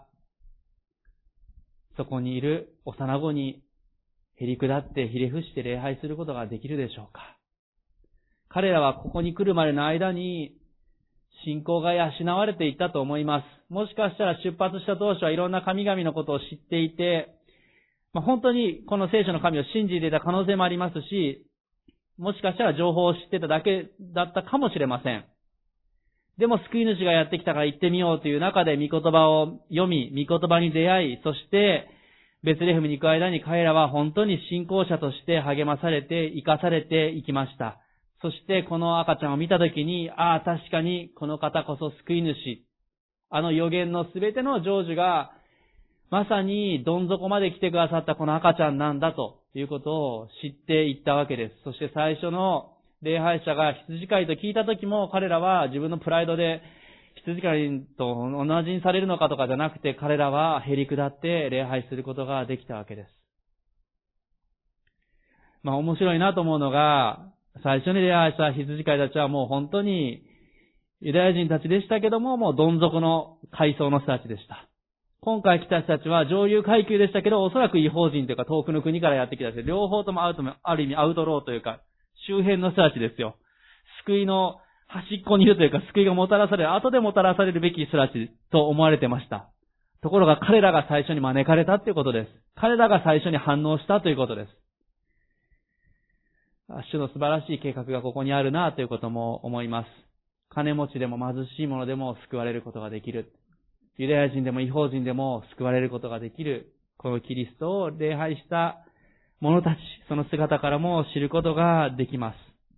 そこにいる幼子にへり下ってひれ伏して礼拝することができるでしょうか。彼らはここに来るまでの間に信仰が養われていたと思います。もしかしたら出発した当初はいろんな神々のことを知っていて、まあ、本当にこの聖書の神を信じていた可能性もありますし、もしかしたら情報を知っていただけだったかもしれません。でも救い主がやってきたから行ってみようという中で御言葉を読み、御言葉に出会い、そしてベツレヘムに行く間に彼らは本当に信仰者として励まされて、生かされていきました。そしてこの赤ちゃんを見たときに、ああ、確かにこの方こそ救い主。あの予言のすべての成就が、まさにどん底まで来てくださったこの赤ちゃんなんだということを知っていったわけです。そして最初の礼拝者が羊飼いと聞いたときも、彼らは自分のプライドで羊飼いと同じにされるのかとかじゃなくて、彼らはへり下って礼拝することができたわけです。まあ面白いなと思うのが、最初に礼拝した羊飼いたちはもう本当にユダヤ人たちでしたけども、もうどん底の階層の人たちでした。今回来た人たちは上流階級でしたけど、おそらく異邦人というか遠くの国からやってきた人で、両方ともアウト、ある意味アウトローというか、周辺の人たちですよ。救いの端っこにいるというか、救いがもたらされる、後でもたらされるべき人たちと思われてました。ところが彼らが最初に招かれたということです。彼らが最初に反応したということです。主の素晴らしい計画がここにあるなということも思います。金持ちでも貧しい者でも救われることができる。ユダヤ人でも異邦人でも救われることができる。このキリストを礼拝した者たち、その姿からも知ることができます。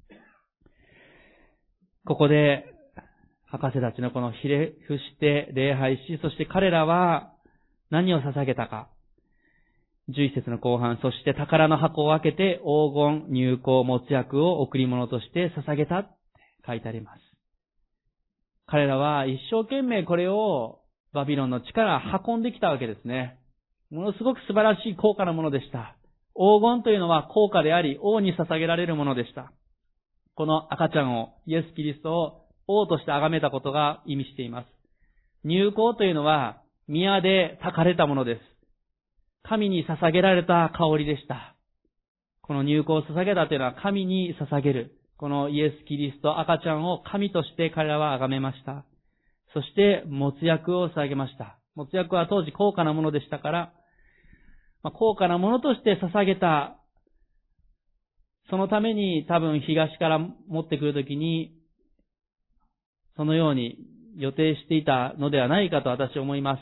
ここで、博士たちのこのひれ伏して礼拝し、そして彼らは何を捧げたか。じゅういち節の後半、そして宝の箱を開けて黄金、入香、没薬を贈り物として捧げたって書いてあります。彼らは一生懸命これをバビロンの地から運んできたわけですね。ものすごく素晴らしい高価なものでした。黄金というのは高価であり、王に捧げられるものでした。この赤ちゃんを、イエス・キリストを王として崇めたことが意味しています。入香というのは宮で焚かれたものです。神に捧げられた香りでした。この入香を捧げたというのは神に捧げる。このイエス・キリスト赤ちゃんを神として彼らは崇めました。そして没薬を捧げました。没薬は当時高価なものでしたから、まあ、高価なものとして捧げた。そのために多分東から持ってくるときに、そのように予定していたのではないかと私は思います。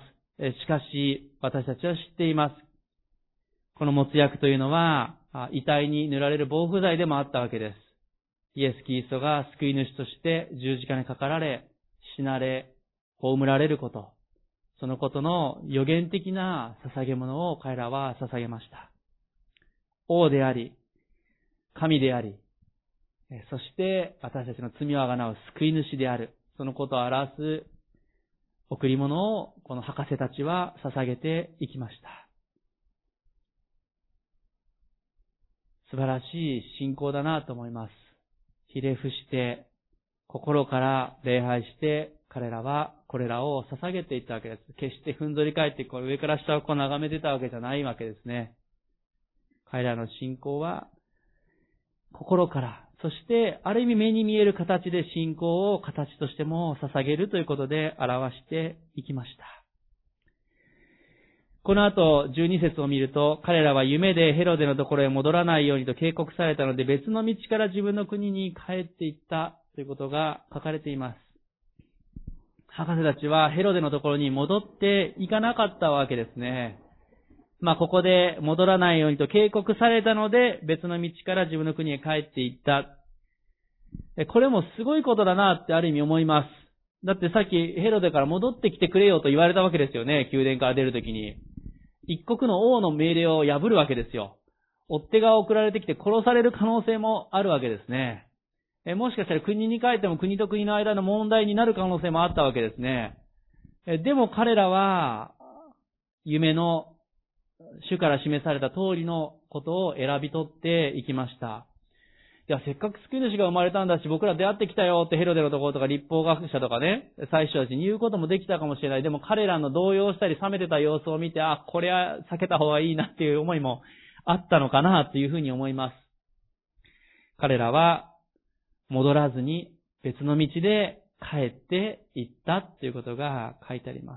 しかし、私たちは知っています。この没薬というのは、遺体に塗られる防腐剤でもあったわけです。イエス・キリストが救い主として十字架にかかられ、死なれ、葬られること。そのことの予言的な捧げ物を彼らは捧げました。王であり、神であり、そして私たちの罪をあがなう救い主である。そのことを表す贈り物をこの博士たちは捧げていきました。素晴らしい信仰だなと思います。ひれ伏して、心から礼拝して、彼らはこれらを捧げていったわけです。決してふんぞり返ってこう上から下をこう眺めてたわけじゃないわけですね。彼らの信仰は心から、そしてある意味目に見える形で信仰を形としても捧げるということで表していきました。この後じゅうに節を見ると、彼らは夢でヘロデのところへ戻らないようにと警告されたので別の道から自分の国に帰っていったということが書かれています。博士たちはヘロデのところに戻っていかなかったわけですね。まあここで戻らないようにと警告されたので別の道から自分の国へ帰っていった。これもすごいことだなってある意味思います。だってさっきヘロデから戻ってきてくれよと言われたわけですよね。宮殿から出るときに。一国の王の命令を破るわけですよ。追っ手が送られてきて殺される可能性もあるわけですね。えもしかしたら国に帰っても国と国の間の問題になる可能性もあったわけですね。えでも彼らは夢の主から示された通りのことを選び取っていきました。いや、せっかく救い主が生まれたんだし、僕ら出会ってきたよってヘロデのところとか立法学者とかね、最初たちに言うこともできたかもしれない。でも彼らの動揺したり冷めてた様子を見て、あ、これは避けた方がいいなっていう思いもあったのかなっていうふうに思います。彼らは戻らずに別の道で帰っていったということが書いてあります。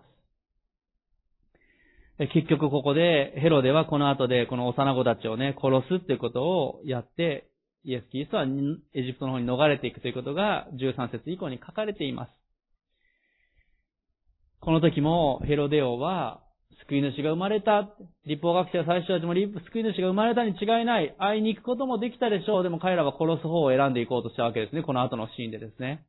結局ここでヘロデはこの後でこの幼子たちをね、殺すっていうことをやって、イエス・キリストはエジプトの方に逃れていくということがじゅうさん節以降に書かれています。この時もヘロデ王は救い主が生まれた。立法学者や最初たちも救い主が生まれたに違いない。会いに行くこともできたでしょう。でも彼らは殺す方を選んでいこうとしたわけですね。この後のシーンでですね。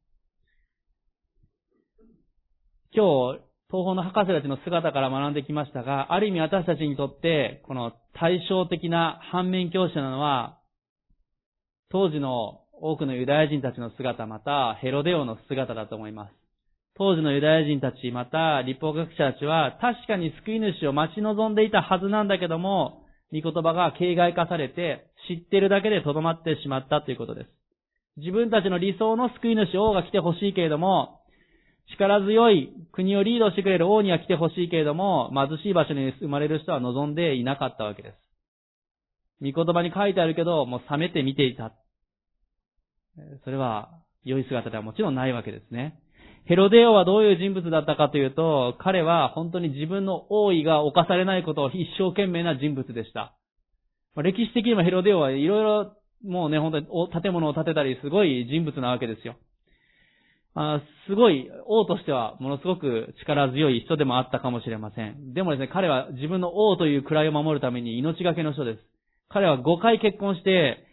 今日、東方の博士たちの姿から学んできましたが、ある意味私たちにとってこの対照的な反面教師なのは、当時の多くのユダヤ人たちの姿、またヘロデ王の姿だと思います。当時のユダヤ人たち、また立法学者たちは確かに救い主を待ち望んでいたはずなんだけども、御言葉が形骸化されて知っているだけでとどまってしまったということです。自分たちの理想の救い主王が来てほしいけれども、力強い国をリードしてくれる王には来てほしいけれども、貧しい場所に生まれる人は望んでいなかったわけです。御言葉に書いてあるけど、もう冷めて見ていた。それは良い姿ではもちろんないわけですね。ヘロデ王はどういう人物だったかというと、彼は本当に自分の王位が侵されないことを一生懸命な人物でした。歴史的にもヘロデ王はいろいろもうね、本当に建物を建てたりすごい人物なわけですよ。あすごい王としてはものすごく力強い人でもあったかもしれません。でもですね、彼は自分の王という位を守るために命がけの人です。彼はごかい結婚して、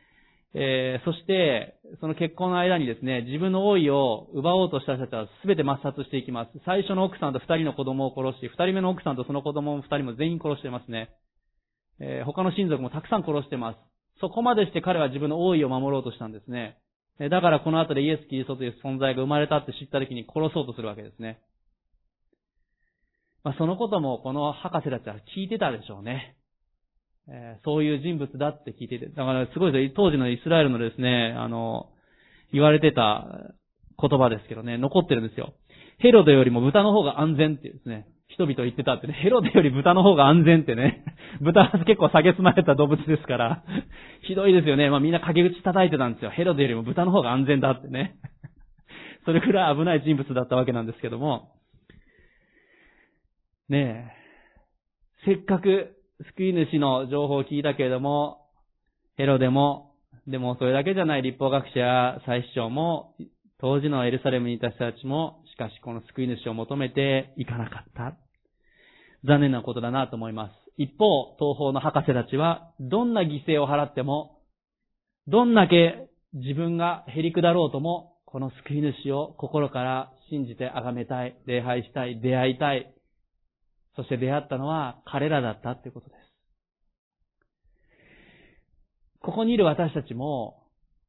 えー、そして、その結婚の間にですね、自分の王位を奪おうとした人たちは全て抹殺していきます。最初の奥さんと二人の子供を殺し、二人目の奥さんとその子供も二人も全員殺してますね。えー、他の親族もたくさん殺してます。そこまでして彼は自分の王位を守ろうとしたんですね。だからこの後でイエス・キリストという存在が生まれたって知った時に殺そうとするわけですね。まあ、そのこともこの博士たちは聞いてたでしょうね。えー、そういう人物だって聞いてて。だからすごいですよ。当時のイスラエルのですね、あの、言われてた言葉ですけどね、残ってるんですよ。ヘロデよりも豚の方が安全ってですね、人々言ってたってね、ヘロデより豚の方が安全ってね、豚は結構蔑まれた動物ですから、ひどいですよね。まあみんな陰口叩いてたんですよ。ヘロデよりも豚の方が安全だってね。それくらい危ない人物だったわけなんですけども、ねえ、せっかく救い主の情報を聞いたけれども、ヘロデも、でもそれだけじゃない立法学者や祭司長も、当時のエルサレムにいた人たちも、しかしこの救い主を求めていかなかった。残念なことだなと思います。一方、東方の博士たちは、どんな犠牲を払っても、どんだけ自分がへりくだろうとも、この救い主を心から信じて崇めたい、礼拝したい、出会いたい。そして出会ったのは彼らだったということです。ここにいる私たちも、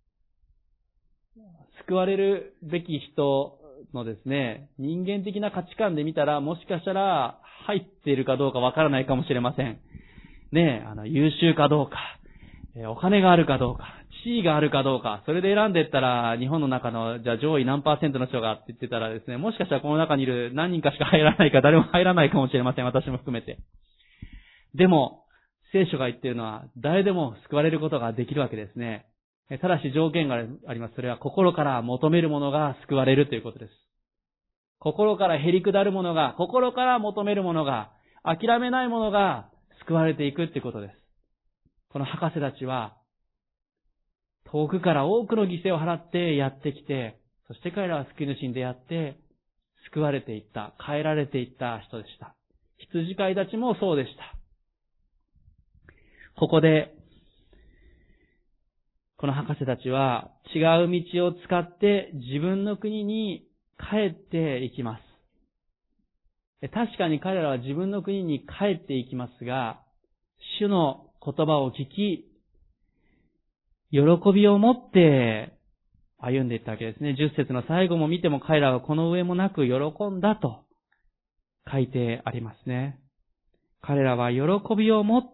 救われるべき人のですね、人間的な価値観で見たら、もしかしたら入っているかどうかわからないかもしれません。ねえ、あの、優秀かどうか、お金があるかどうか、地位があるかどうか、それで選んでいったら、日本の中の、じゃあ上位何パーセントの人がって言ってたらですね、もしかしたらこの中にいる何人かしか入らないか、誰も入らないかもしれません。私も含めて。でも、聖書が言っているのは、誰でも救われることができるわけですね。ただし条件があります。それは心から求めるものが救われるということです。心からへりくだるものが、心から求めるものが、諦めないものが救われていくということです。この博士たちは、遠くから多くの犠牲を払ってやってきて、そして彼らは救い主に出会って、救われていった、変えられていった人でした。羊飼いたちもそうでした。ここで、この博士たちは違う道を使って自分の国に帰っていきます。確かに彼らは自分の国に帰っていきますが、主の言葉を聞き、喜びを持って歩んでいったわけですね。じゅっ節の最後も見ても彼らはこの上もなく喜んだと書いてありますね。彼らは喜びを持って、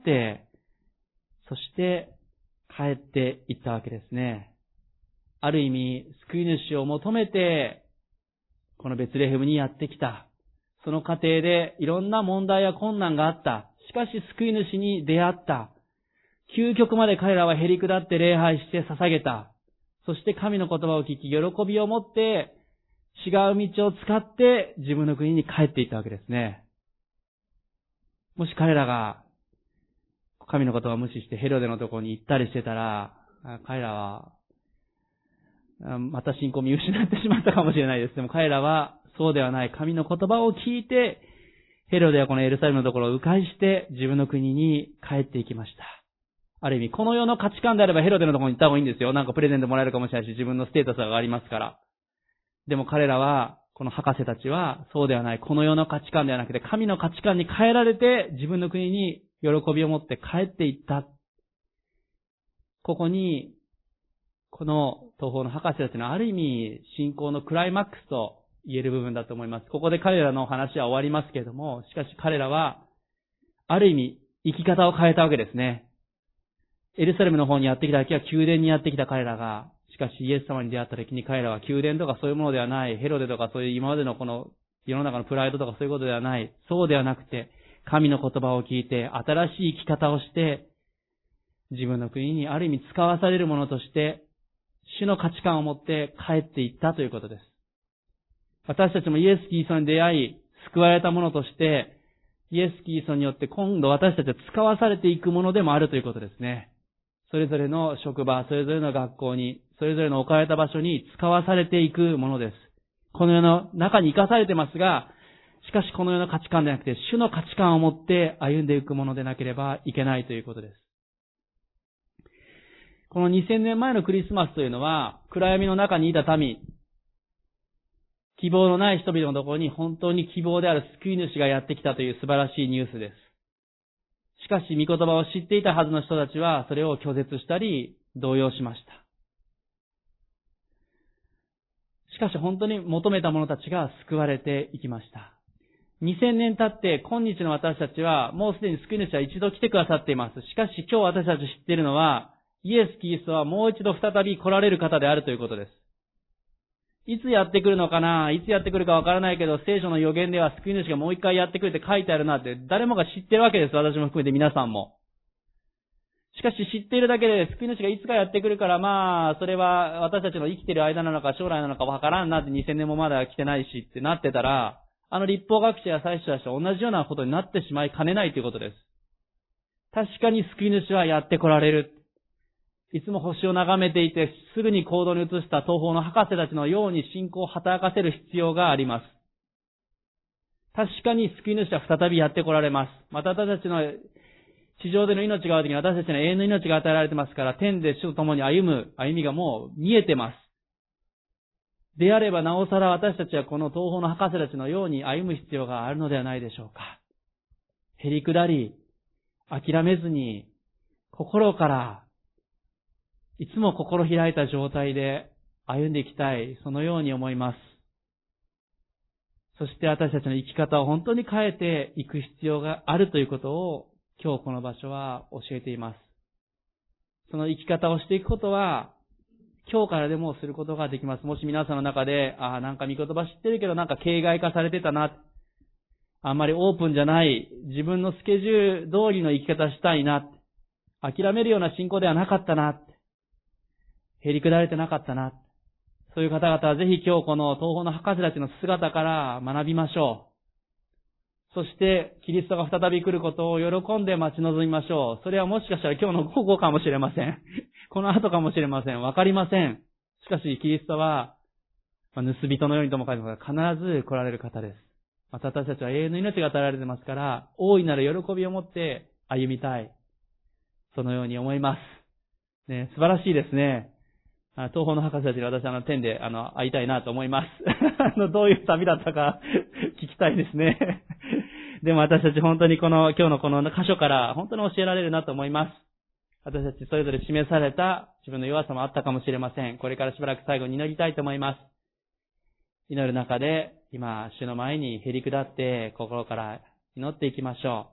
そして帰っていったわけですね。ある意味、救い主を求めて、このベツレヘムにやってきた。その過程でいろんな問題や困難があった。しかし救い主に出会った。究極まで彼らはへりくだって礼拝して捧げた。そして神の言葉を聞き、喜びを持って、違う道を使って自分の国に帰っていったわけですね。もし彼らが、神の言葉を無視してヘロデのところに行ったりしてたら、彼らは、また信仰を見失ってしまったかもしれないです。でも彼らはそうではない。神の言葉を聞いて、ヘロデはこのエルサレムのところを迂回して自分の国に帰っていきました。ある意味、この世の価値観であればヘロデのところに行った方がいいんですよ。なんかプレゼントもらえるかもしれないし、自分のステータスが上がりますから。でも彼らは、この博士たちはそうではない。この世の価値観ではなくて、神の価値観に変えられて自分の国に喜びを持って帰っていった。ここに、この東方の博士たちのある意味、信仰のクライマックスと言える部分だと思います。ここで彼らの話は終わりますけれども、しかし彼らは、ある意味、生き方を変えたわけですね。エルサレムの方にやってきた時は宮殿にやってきた彼らが、しかしイエス様に出会った時に彼らは宮殿とかそういうものではない、ヘロデとかそういう今までのこの世の中のプライドとかそういうことではない、そうではなくて、神の言葉を聞いて新しい生き方をして、自分の国にある意味使わされるものとして、主の価値観を持って帰っていったということです。私たちもイエス・キリストに出会い、救われたものとして、イエス・キリストによって今度私たちは使わされていくものでもあるということですね。それぞれの職場、それぞれの学校に、それぞれの置かれた場所に使わされていくものです。この世の中に生かされてますが、しかしこの世の価値観ではなくて、主の価値観を持って歩んでいくものでなければいけないということです。 このにせんねんまえのクリスマスというのは、暗闇の中にいた民、希望のない人々のところに本当に希望である救い主がやってきたという素晴らしいニュースです。しかし、御言葉を知っていたはずの人たちは、それを拒絶したり、動揺しました。しかし、本当に求めた者たちが救われていきました。にせんねん経って、今日の私たちは、もうすでに救い主は一度来てくださっています。しかし、今日私たち知っているのは、イエス・キリストはもう一度再び来られる方であるということです。いつやってくるのかな、いつやってくるかわからないけど、聖書の予言では救い主がもう一回やってくるって書いてあるなって、誰もが知ってるわけです。私も含めて皆さんも。しかし知っているだけで、救い主がいつかやってくるから、まあ、それは私たちの生きている間なのか将来なのかわからんなってにせんねんもまだ来てないしってなってたら、あの立法学者や祭司たちと同じようなことになってしまいかねないということです。確かに救い主はやって来られる。いつも星を眺めていて、すぐに行動に移した東方の博士たちのように信仰を働かせる必要があります。確かに救い主は再びやって来られます。また私たちの地上での命があるときに私たちの永遠の命が与えられてますから、天で主と共に歩む歩みがもう見えてます。であればなおさら私たちはこの東方の博士たちのように歩む必要があるのではないでしょうか。へりくだり、諦めずに、心からいつも心開いた状態で歩んでいきたい、そのように思います。そして私たちの生き方を本当に変えていく必要があるということを今日この場所は教えています。その生き方をしていくことは今日からでもすることができます。もし皆さんの中で、ああ、なんか御言葉知ってるけどなんか形骸化されてたな、あんまりオープンじゃない、自分のスケジュール通りの生き方したいな、諦めるような信仰ではなかったな、へりくだれてなかったな。そういう方々はぜひ今日この東方の博士たちの姿から学びましょう。そしてキリストが再び来ることを喜んで待ち望みましょう。それはもしかしたら今日の午後かもしれません。この後かもしれません。わかりません。しかしキリストは、まあ、盗人のようにとも書いてますが、必ず来られる方です。また私たちは永遠の命が与えられてますから、大いなる喜びを持って歩みたい。そのように思います。ね、素晴らしいですね。東方の博士たちに私はあの天であの会いたいなと思います。あのどういう旅だったか聞きたいですね。でも私たち本当にこの今日のこの箇所から本当に教えられるなと思います。私たちそれぞれ示された自分の弱さもあったかもしれません。これからしばらく最後に祈りたいと思います。祈る中で今主の前にへり下って心から祈っていきましょ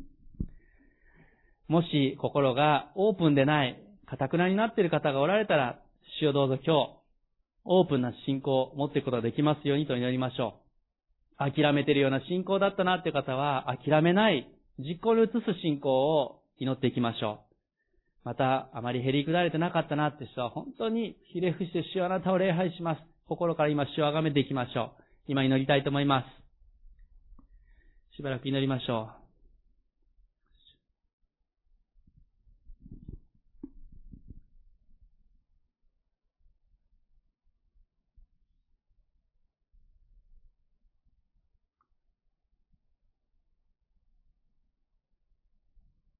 う。もし心がオープンでない、堅くなになっている方がおられたら、主をどうぞ今日、オープンな信仰を持っていくことができますようにと祈りましょう。諦めているような信仰だったなっていう方は、諦めない、実行に移す信仰を祈っていきましょう。また、あまりへりくだれてなかったなって人は、本当にひれ伏して主よあなたを礼拝します。心から今主をあがめていきましょう。今祈りたいと思います。しばらく祈りましょう。